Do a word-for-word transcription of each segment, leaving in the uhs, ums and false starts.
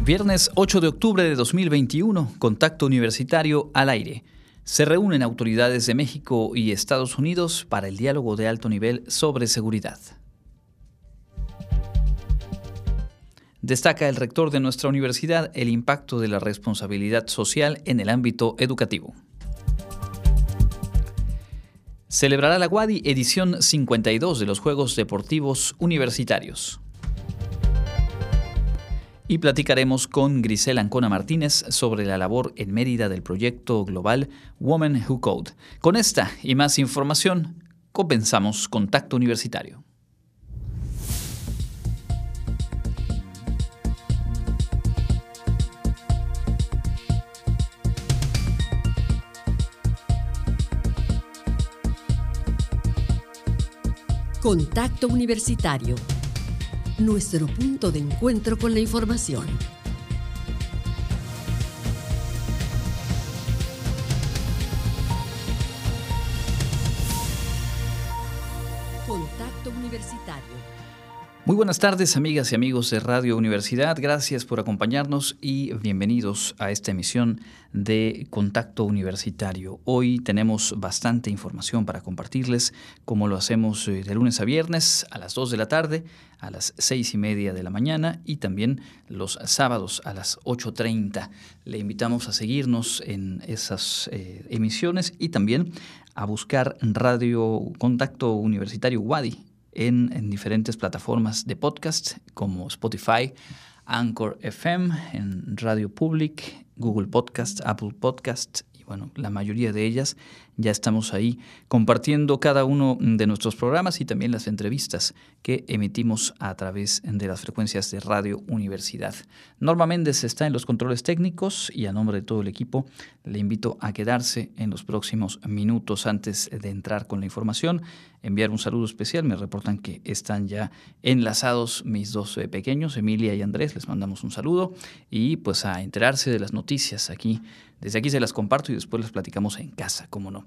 Viernes ocho de octubre de dos mil veintiuno, Contacto Universitario al aire. Se reúnen autoridades de México y Estados Unidos para el diálogo de alto nivel sobre seguridad. Destaca el rector de nuestra universidad el impacto de la responsabilidad social en el ámbito educativo. Celebrará la UADY edición cincuenta y dos de los Juegos Deportivos Universitarios. Y platicaremos con Grisel Ancona Martínez sobre la labor en Mérida del proyecto global Women Who Code. Con esta y más información, comenzamos Contacto Universitario. Contacto Universitario. Nuestro punto de encuentro con la información. Contacto Universitario. Muy buenas tardes, amigas y amigos de Radio Universidad. Gracias por acompañarnos y bienvenidos a esta emisión de Contacto Universitario. Hoy tenemos bastante información para compartirles, como lo hacemos de lunes a viernes a las dos de la tarde, a las seis y media de la mañana y también los sábados a las ocho treinta. Le invitamos a seguirnos en esas eh, emisiones y también a buscar Radio Contacto Universitario UADY En, en diferentes plataformas de podcast como Spotify, Anchor F M, en Radio Public, Google Podcast, Apple Podcast y bueno, la mayoría de ellas ya estamos ahí compartiendo cada uno de nuestros programas y también las entrevistas que emitimos a través de las frecuencias de Radio Universidad. Norma Méndez está en los controles técnicos y a nombre de todo el equipo le invito a quedarse en los próximos minutos antes de entrar con la información. Enviar un saludo especial, me reportan que están ya enlazados mis dos eh, pequeños, Emilia y Andrés, les mandamos un saludo y pues a enterarse de las noticias aquí. Desde aquí se las comparto y después las platicamos en casa, cómo no.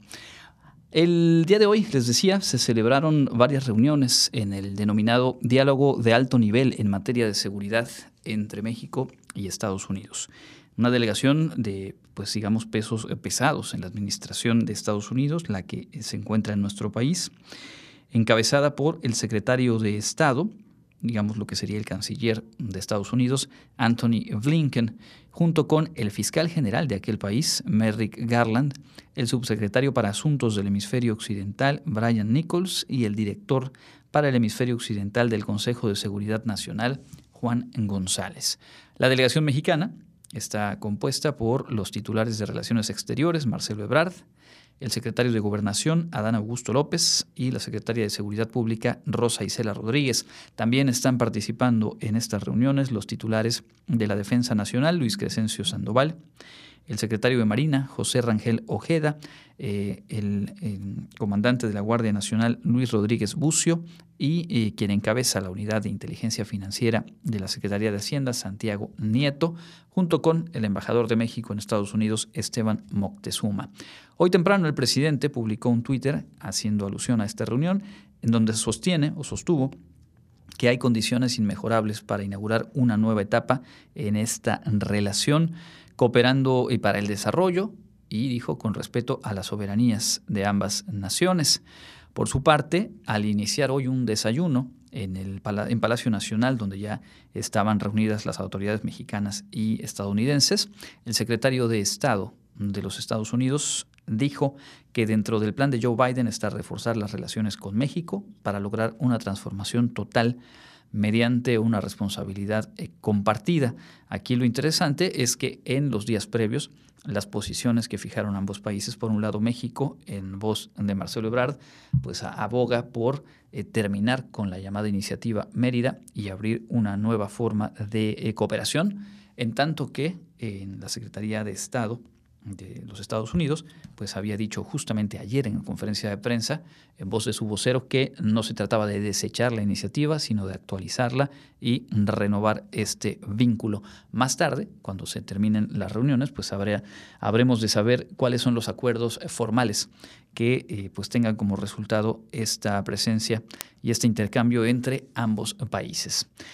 El día de hoy, les decía, se celebraron varias reuniones en el denominado Diálogo de Alto Nivel en materia de seguridad entre México y Estados Unidos. Una delegación de, pues digamos, pesos pesados en la administración de Estados Unidos, la que se encuentra en nuestro país, encabezada por el secretario de Estado, digamos lo que sería el canciller de Estados Unidos, Antony Blinken, junto con el fiscal general de aquel país, Merrick Garland, el subsecretario para Asuntos del Hemisferio Occidental, Brian Nichols, y el director para el Hemisferio Occidental del Consejo de Seguridad Nacional, Juan González. La delegación mexicana está compuesta por los titulares de Relaciones Exteriores, Marcelo Ebrard, el secretario de Gobernación, Adán Augusto López, y la secretaria de Seguridad Pública, Rosa Isela Rodríguez. También están participando en estas reuniones los titulares de la Defensa Nacional, Luis Crescencio Sandoval, el secretario de Marina, José Rangel Ojeda, eh, el, el comandante de la Guardia Nacional, Luis Rodríguez Bucio, y eh, quien encabeza la Unidad de Inteligencia Financiera de la Secretaría de Hacienda, Santiago Nieto, junto con el embajador de México en Estados Unidos, Esteban Moctezuma. Hoy temprano el presidente publicó un Twitter haciendo alusión a esta reunión, en donde sostiene o sostuvo que hay condiciones inmejorables para inaugurar una nueva etapa en esta relación, cooperando y para el desarrollo, y dijo con respeto a las soberanías de ambas naciones. Por su parte, al iniciar hoy un desayuno en el Pala- en Palacio Nacional, donde ya estaban reunidas las autoridades mexicanas y estadounidenses, el secretario de Estado de los Estados Unidos dijo que dentro del plan de Joe Biden está reforzar las relaciones con México para lograr una transformación total mediante una responsabilidad eh, compartida. Aquí lo interesante es que en los días previos, las posiciones que fijaron ambos países, por un lado México, en voz de Marcelo Ebrard, pues aboga por eh, terminar con la llamada iniciativa Mérida y abrir una nueva forma de eh, cooperación, en tanto que eh, en la Secretaría de Estado de los Estados Unidos, pues había dicho justamente ayer en conferencia de prensa, en voz de su vocero, que no se trataba de desechar la iniciativa, sino de actualizarla y renovar este vínculo. Más tarde, cuando se terminen las reuniones, pues habrá, habremos de saber cuáles son los acuerdos formales que eh, pues tengan como resultado esta presencia y este intercambio entre ambos países.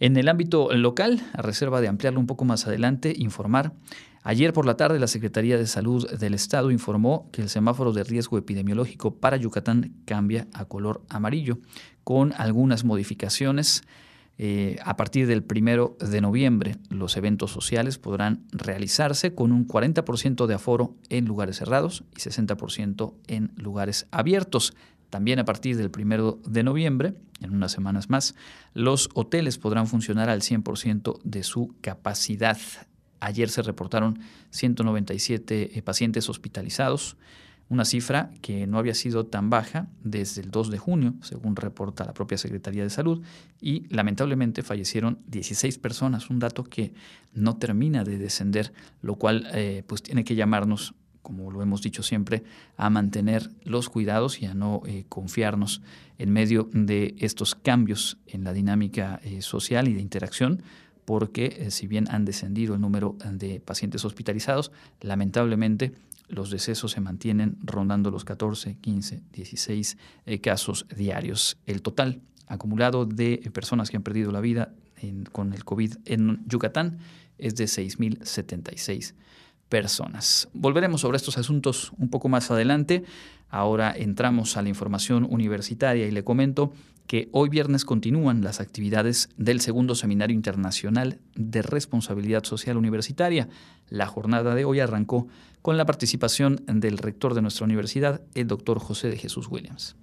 En el ámbito local, a reserva de ampliarlo un poco más adelante, informar. Ayer por la tarde, la Secretaría de Salud del Estado informó que el semáforo de riesgo epidemiológico para Yucatán cambia a color amarillo, con algunas modificaciones. Eh, a partir del primero de noviembre, los eventos sociales podrán realizarse con un cuarenta por ciento de aforo en lugares cerrados y sesenta por ciento en lugares abiertos. También a partir del primero de noviembre, en unas semanas más, los hoteles podrán funcionar al cien por ciento de su capacidad. Ayer se reportaron ciento noventa y siete pacientes hospitalizados, una cifra que no había sido tan baja desde el dos de junio, según reporta la propia Secretaría de Salud, y lamentablemente fallecieron dieciséis personas, un dato que no termina de descender, lo cual eh, pues tiene que llamarnos, como lo hemos dicho siempre, a mantener los cuidados y a no eh, confiarnos en medio de estos cambios en la dinámica eh, social y de interacción, porque eh, si bien han descendido el número de pacientes hospitalizados, lamentablemente los decesos se mantienen rondando los catorce, quince, dieciséis eh, casos diarios. El total acumulado de eh, personas que han perdido la vida en, con el COVID en Yucatán es de seis mil setenta y seis personas. Volveremos sobre estos asuntos un poco más adelante. Ahora entramos a la información universitaria y le comento que hoy viernes continúan las actividades del segundo Seminario Internacional de Responsabilidad Social Universitaria. La jornada de hoy arrancó con la participación del rector de nuestra universidad, el doctor José de Jesús Williams.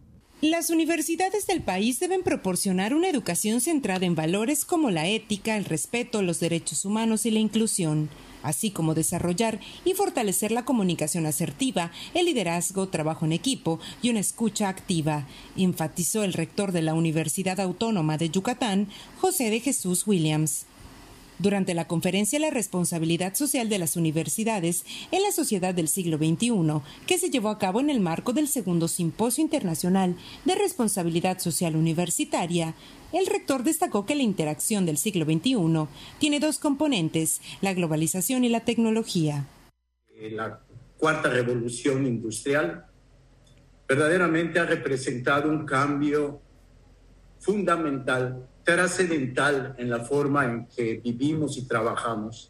Las universidades del país deben proporcionar una educación centrada en valores como la ética, el respeto, los derechos humanos y la inclusión, así como desarrollar y fortalecer la comunicación asertiva, el liderazgo, trabajo en equipo y una escucha activa, enfatizó el rector de la Universidad Autónoma de Yucatán, José de Jesús Williams. Durante la conferencia La responsabilidad social de las universidades en la sociedad del siglo veintiuno, que se llevó a cabo en el marco del segundo Simposio Internacional de Responsabilidad Social Universitaria, el rector destacó que la interacción del siglo veintiuno tiene dos componentes, la globalización y la tecnología. La cuarta revolución industrial verdaderamente ha representado un cambio fundamental, trascendental en la forma en que vivimos y trabajamos.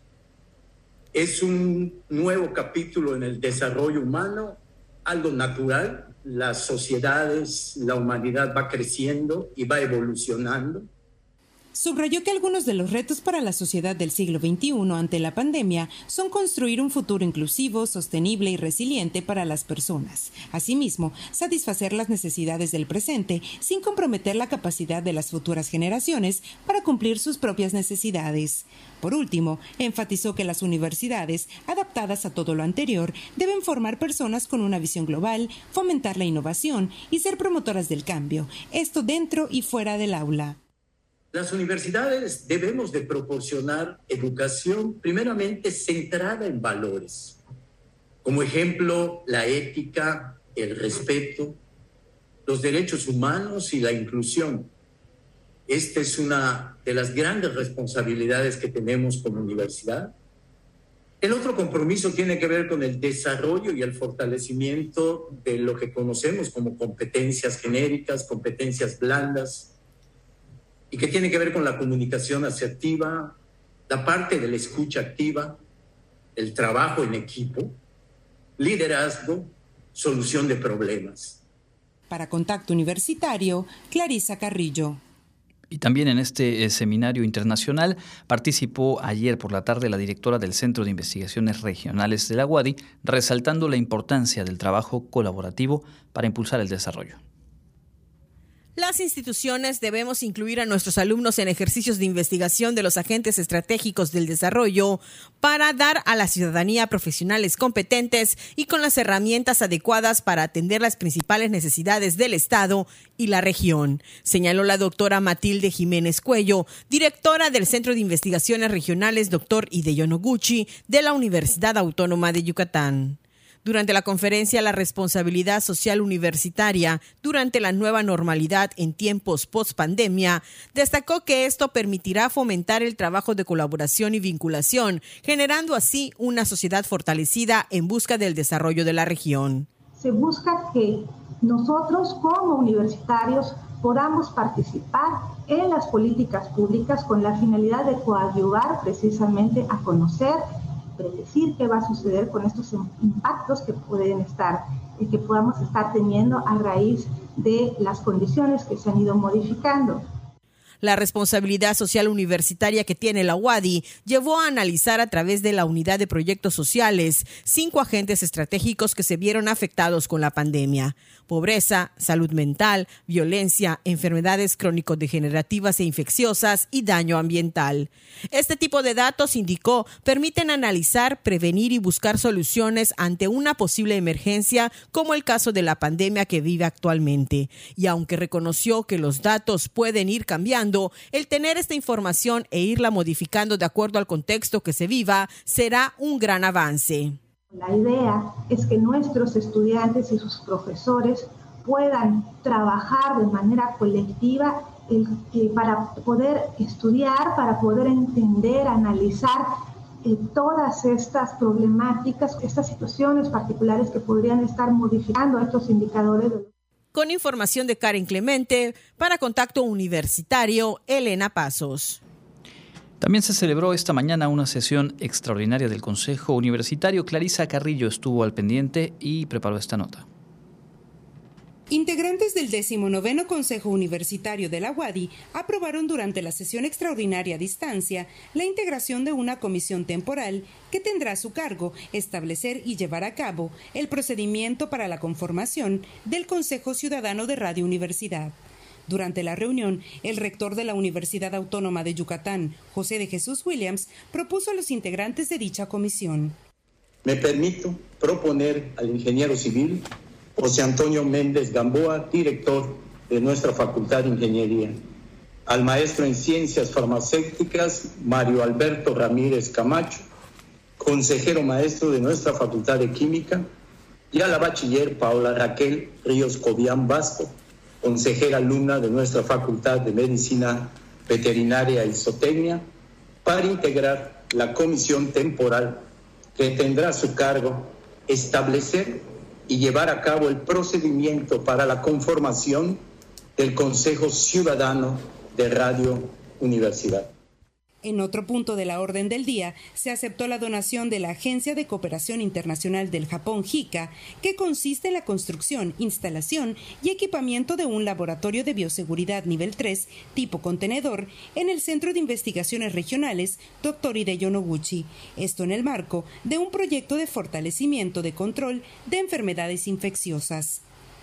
Es un nuevo capítulo en el desarrollo humano, algo natural. Las sociedades, la humanidad va creciendo y va evolucionando. Subrayó que algunos de los retos para la sociedad del siglo veintiuno ante la pandemia son construir un futuro inclusivo, sostenible y resiliente para las personas. Asimismo, satisfacer las necesidades del presente sin comprometer la capacidad de las futuras generaciones para cumplir sus propias necesidades. Por último, enfatizó que las universidades, adaptadas a todo lo anterior, deben formar personas con una visión global, fomentar la innovación y ser promotoras del cambio, esto dentro y fuera del aula. Las universidades debemos de proporcionar educación primeramente centrada en valores. Como ejemplo, la ética, el respeto, los derechos humanos y la inclusión. Esta es una de las grandes responsabilidades que tenemos como universidad. El otro compromiso tiene que ver con el desarrollo y el fortalecimiento de lo que conocemos como competencias genéricas, competencias blandas, y que tiene que ver con la comunicación asertiva, la parte de la escucha activa, el trabajo en equipo, liderazgo, solución de problemas. Para Contacto Universitario, Clarisa Carrillo. Y también en este eh, seminario internacional participó ayer por la tarde la directora del Centro de Investigaciones Regionales de la U A D Y, resaltando la importancia del trabajo colaborativo para impulsar el desarrollo. Las instituciones debemos incluir a nuestros alumnos en ejercicios de investigación de los agentes estratégicos del desarrollo para dar a la ciudadanía profesionales competentes y con las herramientas adecuadas para atender las principales necesidades del Estado y la región, señaló la doctora Matilde Jiménez Cuello, directora del Centro de Investigaciones Regionales doctor Hideo Noguchi de la Universidad Autónoma de Yucatán. Durante la conferencia La responsabilidad social universitaria durante la nueva normalidad en tiempos post-pandemia, destacó que esto permitirá fomentar el trabajo de colaboración y vinculación, generando así una sociedad fortalecida en busca del desarrollo de la región. Se busca que nosotros como universitarios podamos participar en las políticas públicas con la finalidad de coadyuvar precisamente a conocer, predecir qué va a suceder con estos impactos que pueden estar, eh, que podamos estar teniendo a raíz de las condiciones que se han ido modificando. La responsabilidad social universitaria que tiene la U A D I llevó a analizar a través de la Unidad de Proyectos Sociales cinco agentes estratégicos que se vieron afectados con la pandemia: pobreza, salud mental, violencia, enfermedades crónico-degenerativas e infecciosas y daño ambiental. Este tipo de datos, indicó, permiten analizar, prevenir y buscar soluciones ante una posible emergencia como el caso de la pandemia que vive actualmente. Y aunque reconoció que los datos pueden ir cambiando, el tener esta información e irla modificando de acuerdo al contexto que se viva será un gran avance. La idea es que nuestros estudiantes y sus profesores puedan trabajar de manera colectiva el, eh, para poder estudiar, para poder entender, analizar eh, todas estas problemáticas, estas situaciones particulares que podrían estar modificando estos indicadores de... Con información de Karen Clemente, para Contacto Universitario, Elena Pasos. También se celebró esta mañana una sesión extraordinaria del Consejo Universitario. Clarisa Carrillo estuvo al pendiente y preparó esta nota. Integrantes del decimonoveno Consejo Universitario de la U A D I aprobaron durante la sesión extraordinaria a distancia la integración de una comisión temporal que tendrá a su cargo establecer y llevar a cabo el procedimiento para la conformación del Consejo Ciudadano de Radio Universidad. Durante la reunión, el rector de la Universidad Autónoma de Yucatán, José de Jesús Williams, propuso a los integrantes de dicha comisión. Me permito proponer al ingeniero civil José Antonio Méndez Gamboa, director de nuestra Facultad de Ingeniería, al maestro en Ciencias Farmacéuticas Mario Alberto Ramírez Camacho, consejero maestro de nuestra Facultad de Química, y a la bachiller Paola Raquel Ríos Cobián Vasco, consejera alumna de nuestra Facultad de Medicina Veterinaria y Zootecnia, para integrar la comisión temporal que tendrá a su cargo establecer y llevar a cabo el procedimiento para la conformación del Consejo Ciudadano de Radio Universidad. En otro punto de la orden del día, se aceptó la donación de la Agencia de Cooperación Internacional del Japón, JICA, que consiste en la construcción, instalación y equipamiento de un laboratorio de bioseguridad nivel tres, tipo contenedor, en el Centro de Investigaciones Regionales doctor Hideo Noguchi. Esto en el marco de un proyecto de fortalecimiento de control de enfermedades infecciosas.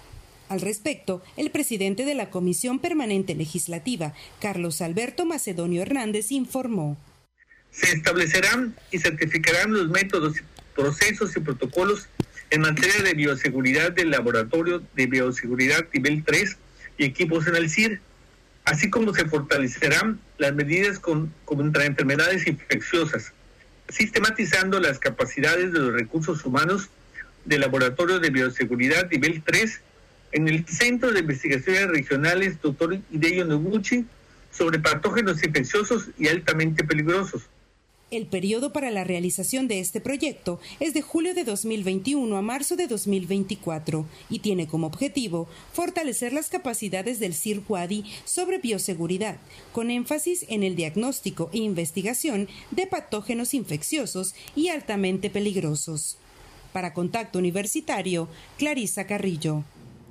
Al respecto, el presidente de la Comisión Permanente Legislativa, Carlos Alberto Macedonio Hernández, informó. Se establecerán y certificarán los métodos, procesos y protocolos en materia de bioseguridad del Laboratorio de Bioseguridad Nivel tres y equipos en el C I R, así como se fortalecerán las medidas con, contra enfermedades infecciosas, sistematizando las capacidades de los recursos humanos del Laboratorio de Bioseguridad Nivel tres en el Centro de Investigaciones Regionales doctor Hideo Noguchi sobre patógenos infecciosos y altamente peligrosos. El periodo para la realización de este proyecto es de julio de dos mil veintiuno a marzo de dos mil veinticuatro y tiene como objetivo fortalecer las capacidades del C I R U A D I sobre bioseguridad, con énfasis en el diagnóstico e investigación de patógenos infecciosos y altamente peligrosos. Para Contacto Universitario, Clarisa Carrillo.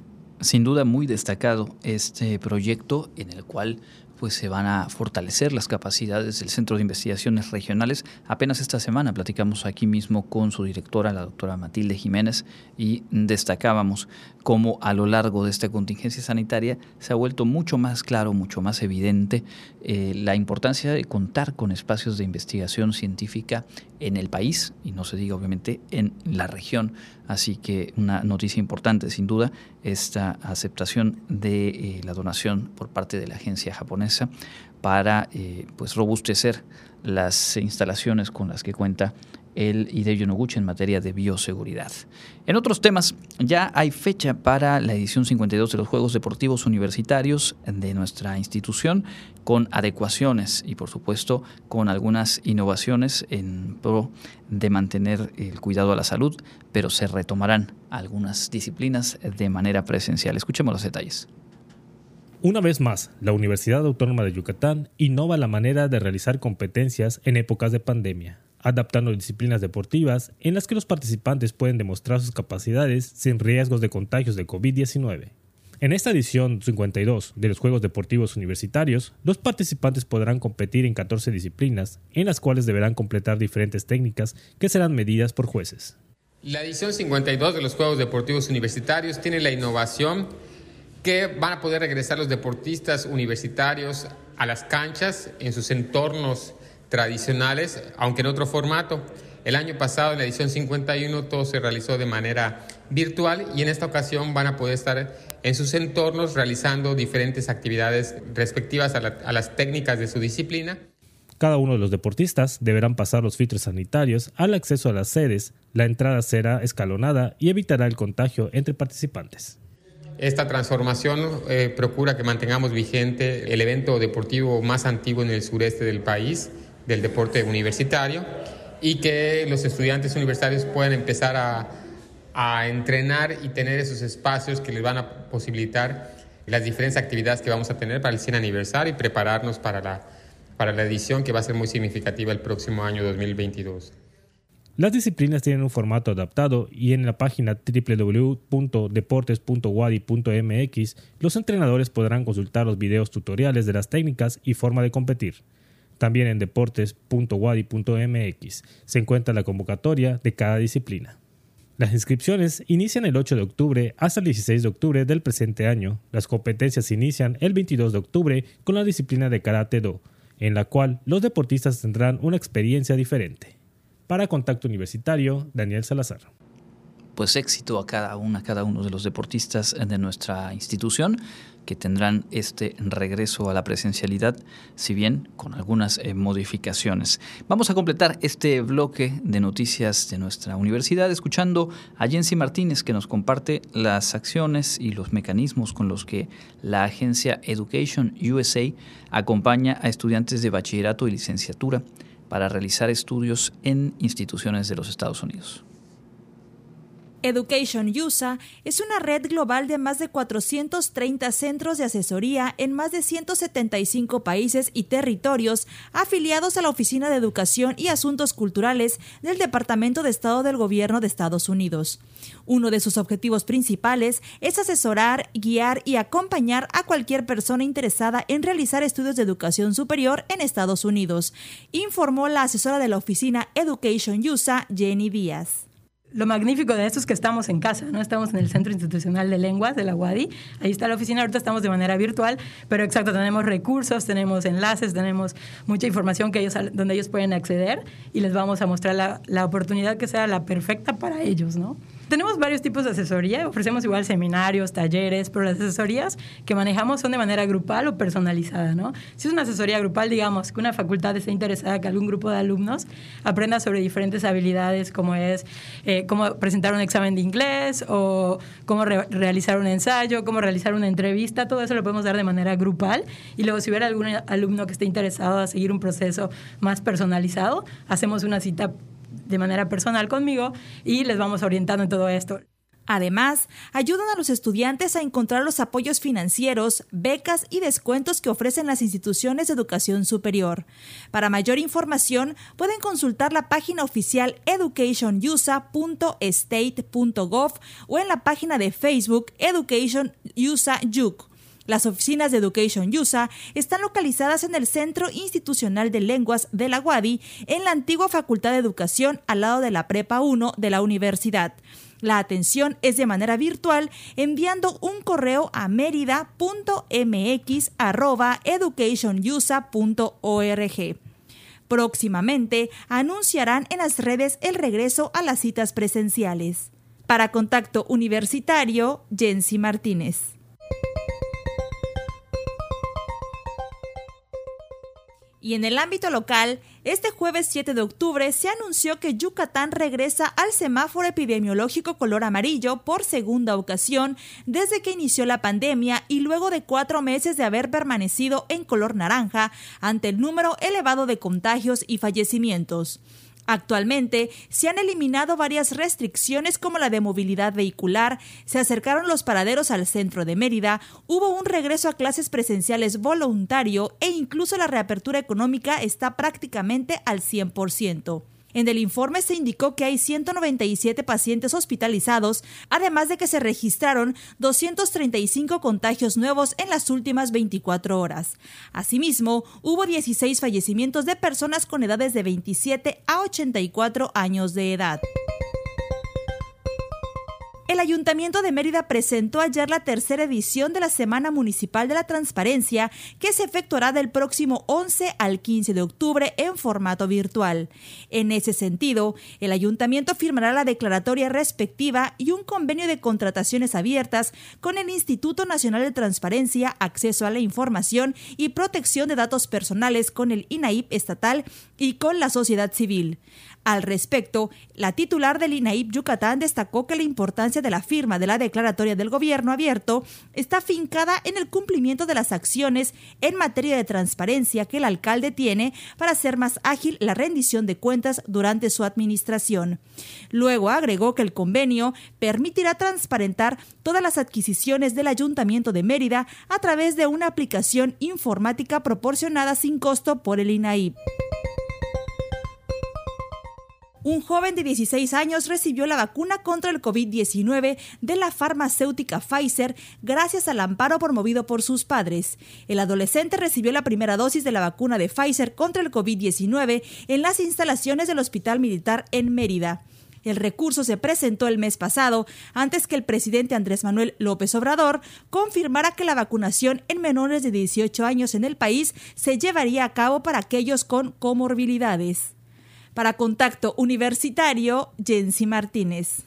Sin duda muy destacado este proyecto en el cual pues se van a fortalecer las capacidades del Centro de Investigaciones Regionales. Apenas esta semana platicamos aquí mismo con su directora, la doctora Matilde Jiménez, y destacábamos cómo a lo largo de esta contingencia sanitaria se ha vuelto mucho más claro, mucho más evidente eh, la importancia de contar con espacios de investigación científica en el país y no se diga obviamente en la región. Así que una noticia importante sin duda, esta aceptación de eh, la donación por parte de la agencia japonesa para eh, pues robustecer las instalaciones con las que cuenta el Hideo Noguchi en materia de bioseguridad. En otros temas, ya hay fecha para la edición cincuenta y dos de los Juegos Deportivos Universitarios de nuestra institución, con adecuaciones y por supuesto con algunas innovaciones en pro de mantener el cuidado a la salud, pero se retomarán algunas disciplinas de manera presencial. Escuchemos los detalles. Una vez más, la Universidad Autónoma de Yucatán innova la manera de realizar competencias en épocas de pandemia, adaptando disciplinas deportivas en las que los participantes pueden demostrar sus capacidades sin riesgos de contagios de covid diecinueve. En esta edición cincuenta y dos de los Juegos Deportivos Universitarios, los participantes podrán competir en catorce disciplinas, en las cuales deberán completar diferentes técnicas que serán medidas por jueces. La edición cincuenta y dos de los Juegos Deportivos Universitarios tiene la innovación que van a poder regresar los deportistas universitarios a las canchas en sus entornos tradicionales, aunque en otro formato. El año pasado, en la edición cincuenta y uno, todo se realizó de manera virtual y en esta ocasión van a poder estar en sus entornos realizando diferentes actividades respectivas a, la, a las técnicas de su disciplina. Cada uno de los deportistas deberán pasar los filtros sanitarios al acceso a las sedes. La entrada será escalonada y evitará el contagio entre participantes. Esta transformación eh, procura que mantengamos vigente el evento deportivo más antiguo en el sureste del país, del deporte universitario, y que los estudiantes universitarios puedan empezar a, a entrenar y tener esos espacios que les van a posibilitar las diferentes actividades que vamos a tener para el cien aniversario y prepararnos para la, para la edición que va a ser muy significativa el próximo año dos mil veintidós. Las disciplinas tienen un formato adaptado y en la página doble u doble u doble u punto deportes punto wadi punto m x los entrenadores podrán consultar los videos tutoriales de las técnicas y forma de competir. También en deportes punto wadi punto m x se encuentra la convocatoria de cada disciplina. Las inscripciones inician el ocho de octubre hasta el dieciséis de octubre del presente año. Las competencias inician el veintidós de octubre con la disciplina de Karate-Do, en la cual los deportistas tendrán una experiencia diferente. Para Contacto Universitario, Daniel Salazar. Pues éxito a cada una, a cada uno de los deportistas de nuestra institución que tendrán este regreso a la presencialidad, si bien con algunas eh, modificaciones. Vamos a completar este bloque de noticias de nuestra universidad escuchando a Jensi Martínez, que nos comparte las acciones y los mecanismos con los que la agencia Education U S A acompaña a estudiantes de bachillerato y licenciatura para realizar estudios en instituciones de los Estados Unidos. Education U S A es una red global de más de cuatrocientos treinta centros de asesoría en más de ciento setenta y cinco países y territorios afiliados a la Oficina de Educación y Asuntos Culturales del Departamento de Estado del Gobierno de Estados Unidos. Uno de sus objetivos principales es asesorar, guiar y acompañar a cualquier persona interesada en realizar estudios de educación superior en Estados Unidos, informó la asesora de la oficina Education U S A, Jenny Díaz. Lo magnífico de esto es que estamos en casa, ¿no? Estamos en el Centro Institucional de Lenguas de la U A D I. Ahí está la oficina, ahorita estamos de manera virtual, pero exacto, tenemos recursos, tenemos enlaces, tenemos mucha información que ellos, donde ellos pueden acceder y les vamos a mostrar la, la oportunidad que sea la perfecta para ellos, ¿no? Tenemos varios tipos de asesoría, ofrecemos igual seminarios, talleres, pero las asesorías que manejamos son de manera grupal o personalizada, ¿no? Si es una asesoría grupal, digamos que una facultad está interesada que algún grupo de alumnos aprenda sobre diferentes habilidades, como es eh, cómo presentar un examen de inglés o cómo re- realizar un ensayo, cómo realizar una entrevista, todo eso lo podemos dar de manera grupal y luego si hubiera algún alumno que esté interesado a seguir un proceso más personalizado, hacemos una cita de manera personal conmigo y les vamos orientando en todo esto. Además, ayudan a los estudiantes a encontrar los apoyos financieros, becas y descuentos que ofrecen las instituciones de educación superior. Para mayor información, pueden consultar la página oficial education u s a punto state punto gov o en la página de Facebook Education U S A U C. Las oficinas de Education U S A están localizadas en el Centro Institucional de Lenguas de la U A D I, en la antigua Facultad de Educación, al lado de la Prepa uno de la universidad. La atención es de manera virtual enviando un correo a merida punto m x arroba education u s a punto org. Próximamente anunciarán en las redes el regreso a las citas presenciales. Para Contacto Universitario, Jensi Martínez. Y en el ámbito local, este jueves siete de octubre se anunció que Yucatán regresa al semáforo epidemiológico color amarillo por segunda ocasión desde que inició la pandemia y luego de cuatro meses de haber permanecido en color naranja ante el número elevado de contagios y fallecimientos. Actualmente se han eliminado varias restricciones como la de movilidad vehicular, se acercaron los paraderos al centro de Mérida, hubo un regreso a clases presenciales voluntario e incluso la reapertura económica está prácticamente al cien por ciento. En el informe se indicó que hay ciento noventa y siete pacientes hospitalizados, además de que se registraron doscientos treinta y cinco contagios nuevos en las últimas veinticuatro horas. Asimismo, hubo dieciséis fallecimientos de personas con edades de veintisiete a ochenta y cuatro años de edad. El Ayuntamiento de Mérida presentó ayer la tercera edición de la Semana Municipal de la Transparencia, que se efectuará del próximo once al quince de octubre en formato virtual. En ese sentido, el Ayuntamiento firmará la declaratoria respectiva y un convenio de contrataciones abiertas con el Instituto Nacional de Transparencia, Acceso a la Información y Protección de Datos Personales, con el INAIP estatal y con la sociedad civil. Al respecto, la titular del INAIP Yucatán destacó que la importancia de la firma de la declaratoria del gobierno abierto está afincada en el cumplimiento de las acciones en materia de transparencia que el alcalde tiene para hacer más ágil la rendición de cuentas durante su administración. Luego agregó que el convenio permitirá transparentar todas las adquisiciones del Ayuntamiento de Mérida a través de una aplicación informática proporcionada sin costo por el INAIP. Un joven de dieciséis años recibió la vacuna contra el COVID diecinueve de la farmacéutica Pfizer gracias al amparo promovido por sus padres. El adolescente recibió la primera dosis de la vacuna de Pfizer contra el COVID diecinueve en las instalaciones del Hospital Militar en Mérida. El recurso se presentó el mes pasado, antes que el presidente Andrés Manuel López Obrador confirmara que la vacunación en menores de dieciocho años en el país se llevaría a cabo para aquellos con comorbilidades. Para Contacto Universitario, Jensi Martínez.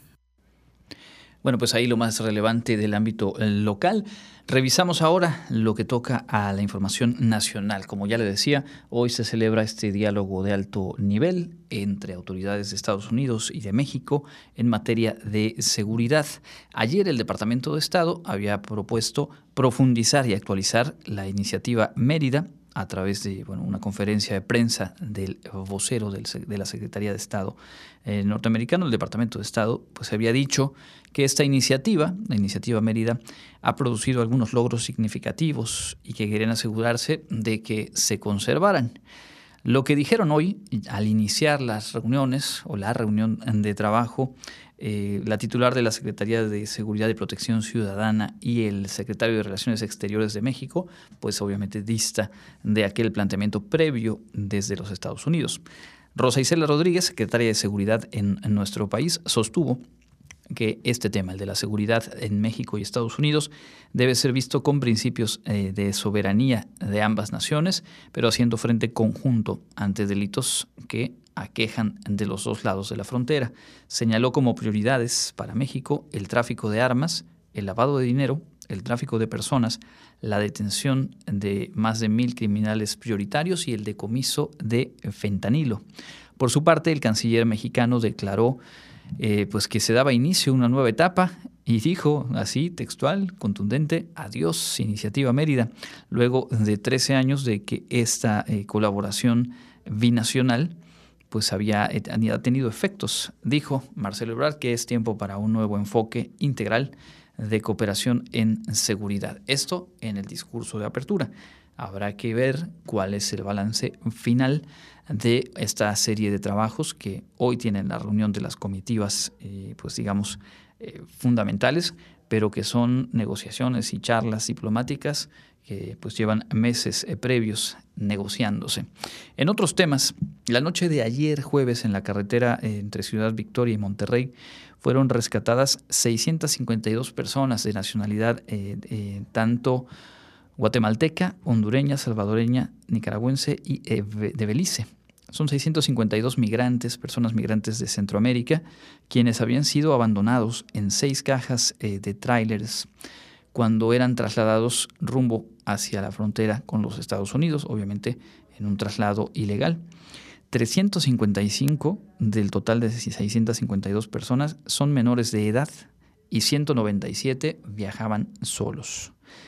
Bueno, pues ahí lo más relevante del ámbito local. Revisamos ahora lo que toca a la información nacional. Como ya le decía, hoy se celebra este diálogo de alto nivel entre autoridades de Estados Unidos y de México en materia de seguridad. Ayer el Departamento de Estado había propuesto profundizar y actualizar la iniciativa Mérida a través de bueno, una conferencia de prensa del vocero del, de la Secretaría de Estado eh, norteamericano, el Departamento de Estado, pues había dicho que esta iniciativa, la iniciativa Mérida, ha producido algunos logros significativos y que querían asegurarse de que se conservaran. Lo que dijeron hoy, al iniciar las reuniones o la reunión de trabajo, eh, la titular de la Secretaría de Seguridad y Protección Ciudadana y el secretario de Relaciones Exteriores de México, pues obviamente dista de aquel planteamiento previo desde los Estados Unidos. Rosa Isela Rodríguez, secretaria de Seguridad en, en nuestro país, sostuvo que este tema, el de la seguridad en México y Estados Unidos, debe ser visto con principios eh, de soberanía de ambas naciones, pero haciendo frente conjunto ante delitos que aquejan de los dos lados de la frontera. Señaló como prioridades para México el tráfico de armas, el lavado de dinero, el tráfico de personas, la detención de más de mil criminales prioritarios y el decomiso de fentanilo. Por su parte, el canciller mexicano declaró Eh, pues que se daba inicio a una nueva etapa y dijo así, textual, contundente: adiós, Iniciativa Mérida, luego de trece años de que esta eh, colaboración binacional pues había eh, tenido efectos. Dijo Marcelo Ebrard que es tiempo para un nuevo enfoque integral de cooperación en seguridad. Esto en el discurso de apertura. Habrá que ver cuál es el balance final de esta serie de trabajos que hoy tienen la reunión de las comitivas, eh, pues digamos, eh, fundamentales, pero que son negociaciones y charlas diplomáticas que pues llevan meses eh, previos negociándose. En otros temas, la noche de ayer jueves en la carretera eh, entre Ciudad Victoria y Monterrey fueron rescatadas seiscientas cincuenta y dos personas de nacionalidad eh, eh, tanto guatemalteca, hondureña, salvadoreña, nicaragüense y de Belice. Son seiscientos cincuenta y dos migrantes, personas migrantes de Centroamérica, quienes habían sido abandonados en seis cajas eh, de tráileres cuando eran trasladados rumbo hacia la frontera con los Estados Unidos, obviamente en un traslado ilegal. trescientos cincuenta y cinco del total de seiscientas cincuenta y dos personas son menores de edad y ciento noventa y siete viajaban solos.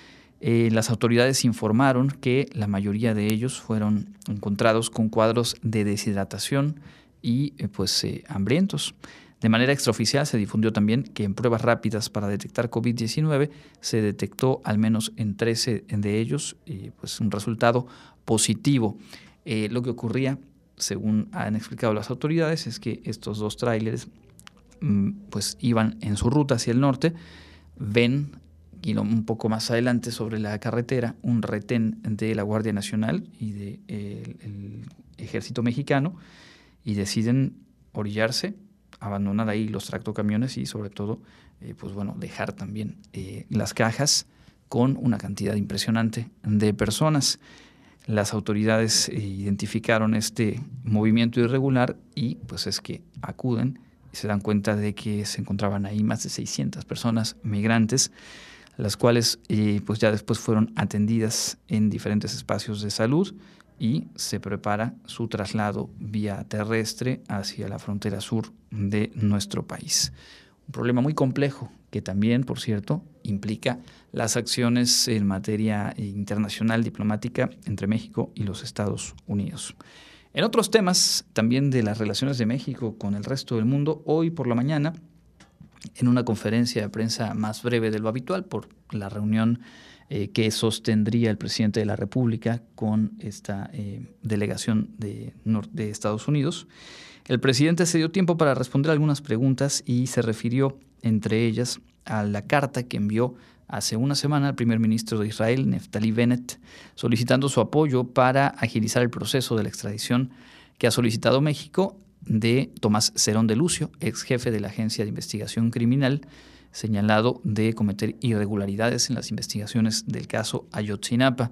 Eh, las autoridades informaron que la mayoría de ellos fueron encontrados con cuadros de deshidratación y eh, pues eh, hambrientos. De manera extraoficial se difundió también que en pruebas rápidas para detectar covid diecinueve se detectó al menos en trece de ellos eh, pues un resultado positivo. Eh, lo que ocurría, según han explicado las autoridades, es que estos dos tráileres mm, pues iban en su ruta hacia el norte, ven y un poco más adelante sobre la carretera un retén de la Guardia Nacional y del de, eh, Ejército Mexicano y deciden orillarse, abandonar ahí los tractocamiones y sobre todo eh, pues bueno, dejar también eh, las cajas con una cantidad impresionante de personas. Las autoridades eh, identificaron este movimiento irregular y pues es que acuden y se dan cuenta de que se encontraban ahí más de seiscientas personas migrantes, las cuales eh, pues ya después fueron atendidas en diferentes espacios de salud y se prepara su traslado vía terrestre hacia la frontera sur de nuestro país. Un problema muy complejo que también, por cierto, implica las acciones en materia internacional diplomática entre México y los Estados Unidos. En otros temas, también de las relaciones de México con el resto del mundo, hoy por la mañana, en una conferencia de prensa más breve de lo habitual por la reunión Eh, que sostendría el presidente de la República con esta eh, delegación de, de Estados Unidos. El presidente se dio tiempo para responder algunas preguntas y se refirió, entre ellas, a la carta que envió hace una semana al primer ministro de Israel, Naftali Bennett, solicitando su apoyo para agilizar el proceso de la extradición que ha solicitado México de Tomás Cerón de Lucio, ex jefe de la Agencia de Investigación Criminal, señalado de cometer irregularidades en las investigaciones del caso Ayotzinapa.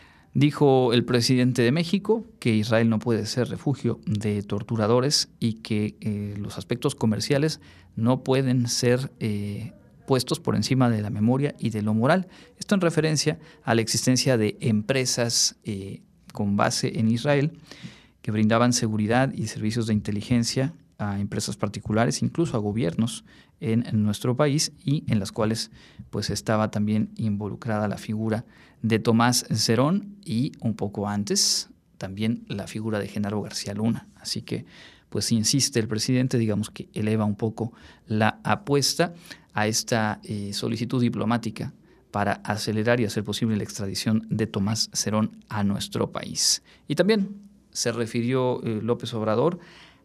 Dijo el presidente de México que Israel no puede ser refugio de torturadores y que eh, los aspectos comerciales no pueden ser eh, puestos por encima de la memoria y de lo moral. Esto en referencia a la existencia de empresas eh, con base en Israel que brindaban seguridad y servicios de inteligencia a empresas particulares, incluso a gobiernos en, en nuestro país, y en las cuales pues estaba también involucrada la figura de Tomás Cerón y un poco antes también la figura de Genaro García Luna. Así que pues insiste el presidente, digamos que eleva un poco la apuesta a esta eh, solicitud diplomática para acelerar y hacer posible la extradición de Tomás Cerón a nuestro país. Y también se refirió eh, López Obrador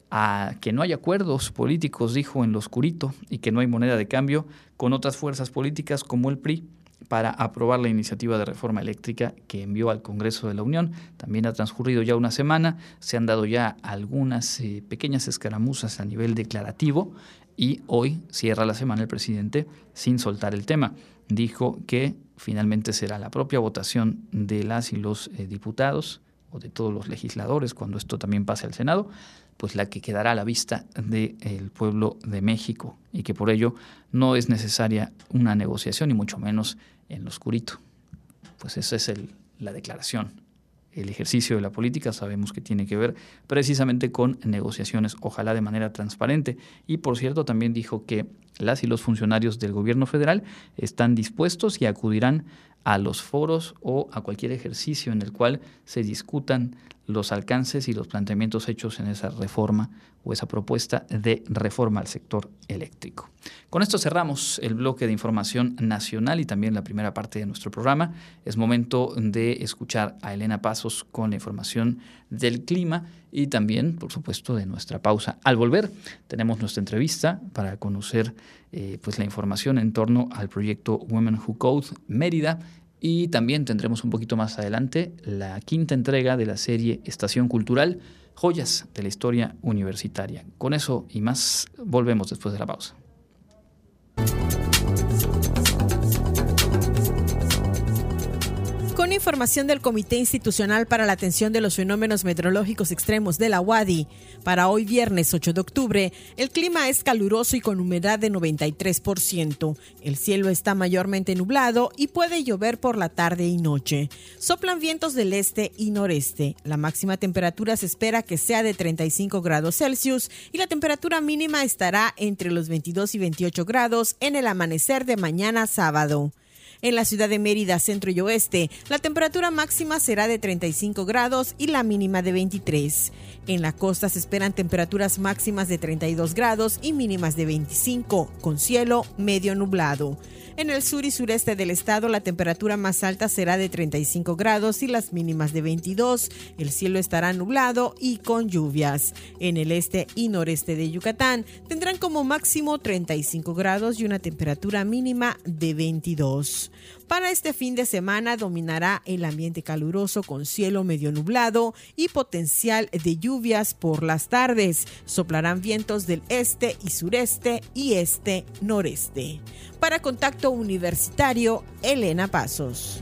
a que no hay acuerdos políticos, dijo, en lo oscurito, y que no hay moneda de cambio con otras fuerzas políticas como el P R I para aprobar la iniciativa de reforma eléctrica que envió al Congreso de la Unión. También ha transcurrido ya una semana, se han dado ya algunas eh, pequeñas escaramuzas a nivel declarativo y hoy cierra la semana el presidente sin soltar el tema. Dijo que finalmente será la propia votación de las y los eh, diputados o de todos los legisladores cuando esto también pase al Senado, pues la que quedará a la vista del pueblo de México y que por ello no es necesaria una negociación y mucho menos en lo oscurito. Pues esa es el, la declaración. El ejercicio de la política sabemos que tiene que ver precisamente con negociaciones, ojalá de manera transparente. Y por cierto también dijo que las y los funcionarios del gobierno federal están dispuestos y acudirán a los foros o a cualquier ejercicio en el cual se discutan los alcances y los planteamientos hechos en esa reforma o esa propuesta de reforma al sector eléctrico. Con esto cerramos el bloque de información nacional y también la primera parte de nuestro programa. Es momento de escuchar a Elena Pasos con la información del clima y también, por supuesto, de nuestra pausa. Al volver, tenemos nuestra entrevista para conocer eh, pues la información en torno al proyecto Women Who Code Mérida. Y también tendremos un poquito más adelante la quinta entrega de la serie Estación Cultural, Joyas de la Historia Universitaria. Con eso y más, volvemos después de la pausa. Con información del Comité Institucional para la Atención de los Fenómenos Meteorológicos Extremos de la U A D I, para hoy viernes ocho de octubre, el clima es caluroso y con humedad de noventa y tres por ciento. El cielo está mayormente nublado y puede llover por la tarde y noche. Soplan vientos del este y noreste. La máxima temperatura se espera que sea de treinta y cinco grados Celsius y la temperatura mínima estará entre los veintidós y veintiocho grados en el amanecer de mañana sábado. En la ciudad de Mérida, centro y oeste, la temperatura máxima será de treinta y cinco grados y la mínima de veintitrés. En la costa se esperan temperaturas máximas de treinta y dos grados y mínimas de veinticinco, con cielo medio nublado. En el sur y sureste del estado, la temperatura más alta será de treinta y cinco grados y las mínimas de veintidós. El cielo estará nublado y con lluvias. En el este y noreste de Yucatán tendrán como máximo treinta y cinco grados y una temperatura mínima de veintidós. Para este fin de semana dominará el ambiente caluroso con cielo medio nublado y potencial de lluvias por las tardes. Soplarán vientos del este y sureste y este-noreste. Para Contacto Universitario, Elena Pasos.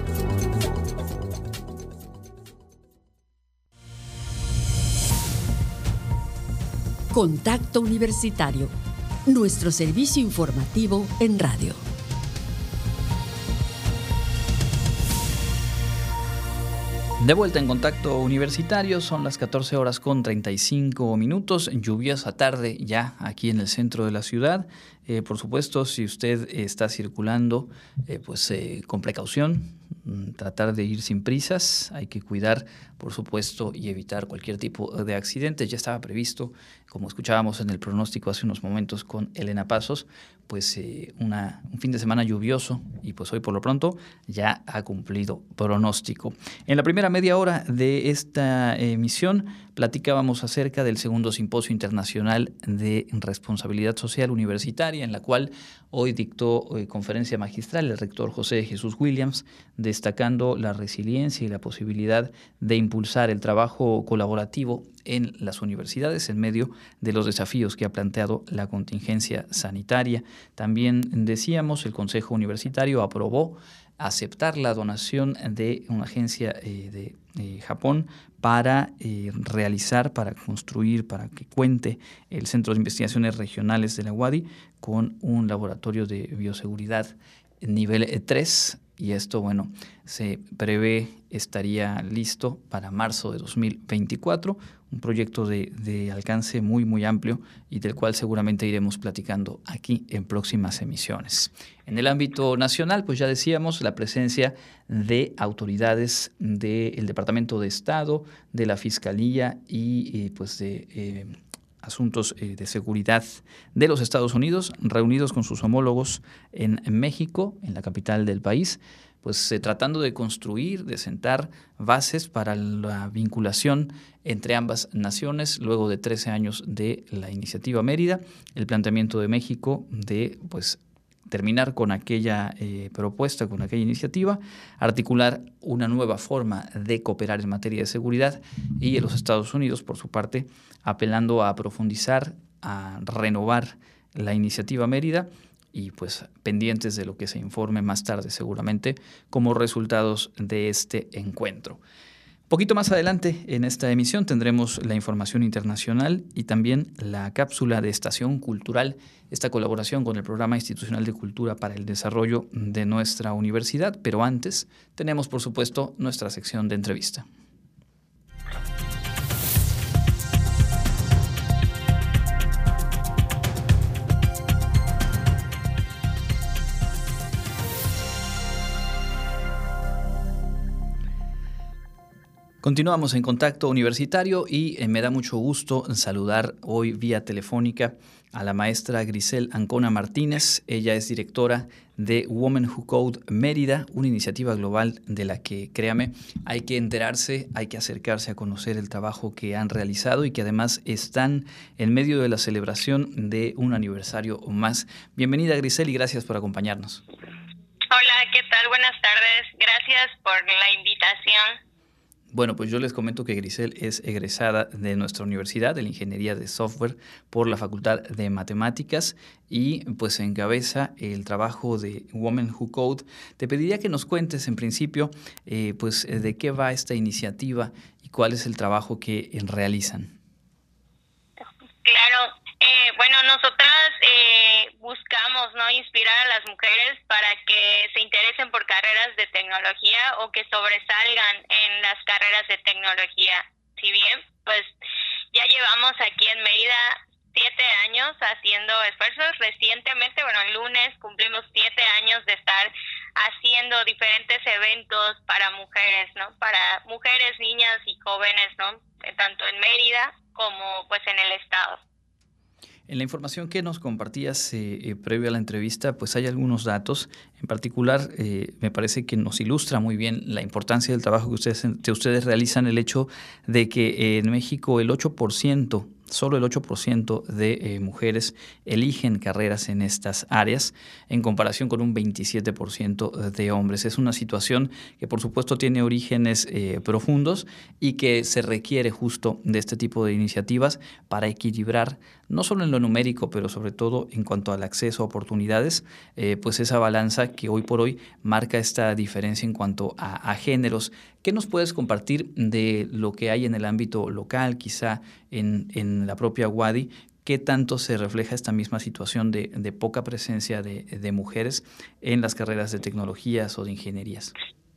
Contacto Universitario, nuestro servicio informativo en radio. De vuelta en Contacto Universitario, son las catorce horas con treinta y cinco minutos, lluviosa tarde ya aquí en el centro de la ciudad. Eh, por supuesto, si usted está circulando, eh, pues eh, con precaución, tratar de ir sin prisas, hay que cuidar, por supuesto, y evitar cualquier tipo de accidentes. Ya estaba previsto, como escuchábamos en el pronóstico hace unos momentos con Elena Pasos, pues eh, una, un fin de semana lluvioso y pues hoy por lo pronto ya ha cumplido pronóstico. En la primera media hora de esta emisión platicábamos acerca del segundo Simposio Internacional de Responsabilidad Social Universitaria, en la cual hoy dictó eh, conferencia magistral el rector José Jesús Williams, destacando la resiliencia y la posibilidad de impulsar el trabajo colaborativo en las universidades en medio de los desafíos que ha planteado la contingencia sanitaria. También decíamos, el Consejo Universitario aprobó aceptar la donación de una agencia eh, de eh, Japón para eh, realizar, para construir, para que cuente el Centro de Investigaciones Regionales de la U A D Y con un laboratorio de bioseguridad nivel tres. Y esto, bueno, se prevé estaría listo para marzo de dos mil veinticuatro, un proyecto de, de alcance muy, muy amplio y del cual seguramente iremos platicando aquí en próximas emisiones. En el ámbito nacional, pues ya decíamos, la presencia de autoridades del Departamento de Estado, de la Fiscalía y eh, pues de... Eh, asuntos eh, de seguridad de los Estados Unidos, reunidos con sus homólogos en, en México, en la capital del país, pues eh, tratando de construir, de sentar bases para la vinculación entre ambas naciones, luego de trece años de la iniciativa Mérida, el planteamiento de México de pues terminar con aquella eh, propuesta, con aquella iniciativa, articular una nueva forma de cooperar en materia de seguridad y en los Estados Unidos, por su parte, apelando a profundizar, a renovar la iniciativa Mérida y pues pendientes de lo que se informe más tarde seguramente como resultados de este encuentro. Poquito más adelante en esta emisión tendremos la información internacional y también la cápsula de Estación Cultural, esta colaboración con el Programa Institucional de Cultura para el Desarrollo de nuestra universidad, pero antes tenemos por supuesto nuestra sección de entrevista. Continuamos en Contacto Universitario y eh, me da mucho gusto saludar hoy vía telefónica a la maestra Grisel Ancona Martínez. Ella es directora de Women Who Code Mérida, una iniciativa global de la que, créame, hay que enterarse, hay que acercarse a conocer el trabajo que han realizado y que además están en medio de la celebración de un aniversario más. Bienvenida, Grisel, y gracias por acompañarnos. Hola, ¿qué tal? Buenas tardes. Gracias por la invitación. Bueno, pues yo les comento que Grisel es egresada de nuestra universidad, de la Ingeniería de Software por la Facultad de Matemáticas y pues encabeza el trabajo de Women Who Code. Te pediría que nos cuentes en principio eh, pues de qué va esta iniciativa y cuál es el trabajo que realizan. Claro, eh, bueno, nosotras eh, buscamos no inspirar a las mujeres para que se interesen por carreras de tecnología o que sobresalgan en las carreras de tecnología. Si bien, pues ya llevamos aquí en Mérida siete años haciendo esfuerzos. Recientemente, bueno, el lunes cumplimos siete años de estar haciendo diferentes eventos para mujeres, ¿no? Para mujeres, niñas y jóvenes, ¿no? Tanto en Mérida como pues en el estado. En la información que nos compartías eh, eh, previo a la entrevista, pues hay algunos datos. En particular, eh, me parece que nos ilustra muy bien la importancia del trabajo que ustedes, que ustedes realizan, el hecho de que eh, en México el ocho por ciento, solo el ocho por ciento de eh, mujeres eligen carreras en estas áreas, en comparación con un veintisiete por ciento de hombres. Es una situación que, por supuesto, tiene orígenes eh, profundos y que se requiere justo de este tipo de iniciativas para equilibrar, no solo en lo numérico, pero sobre todo en cuanto al acceso a oportunidades, eh, pues esa balanza que hoy por hoy marca esta diferencia en cuanto a, a géneros. ¿Qué nos puedes compartir de lo que hay en el ámbito local, quizá en, en la propia UADY? ¿Qué tanto se refleja esta misma situación de, de poca presencia de, de mujeres en las carreras de tecnologías o de ingenierías?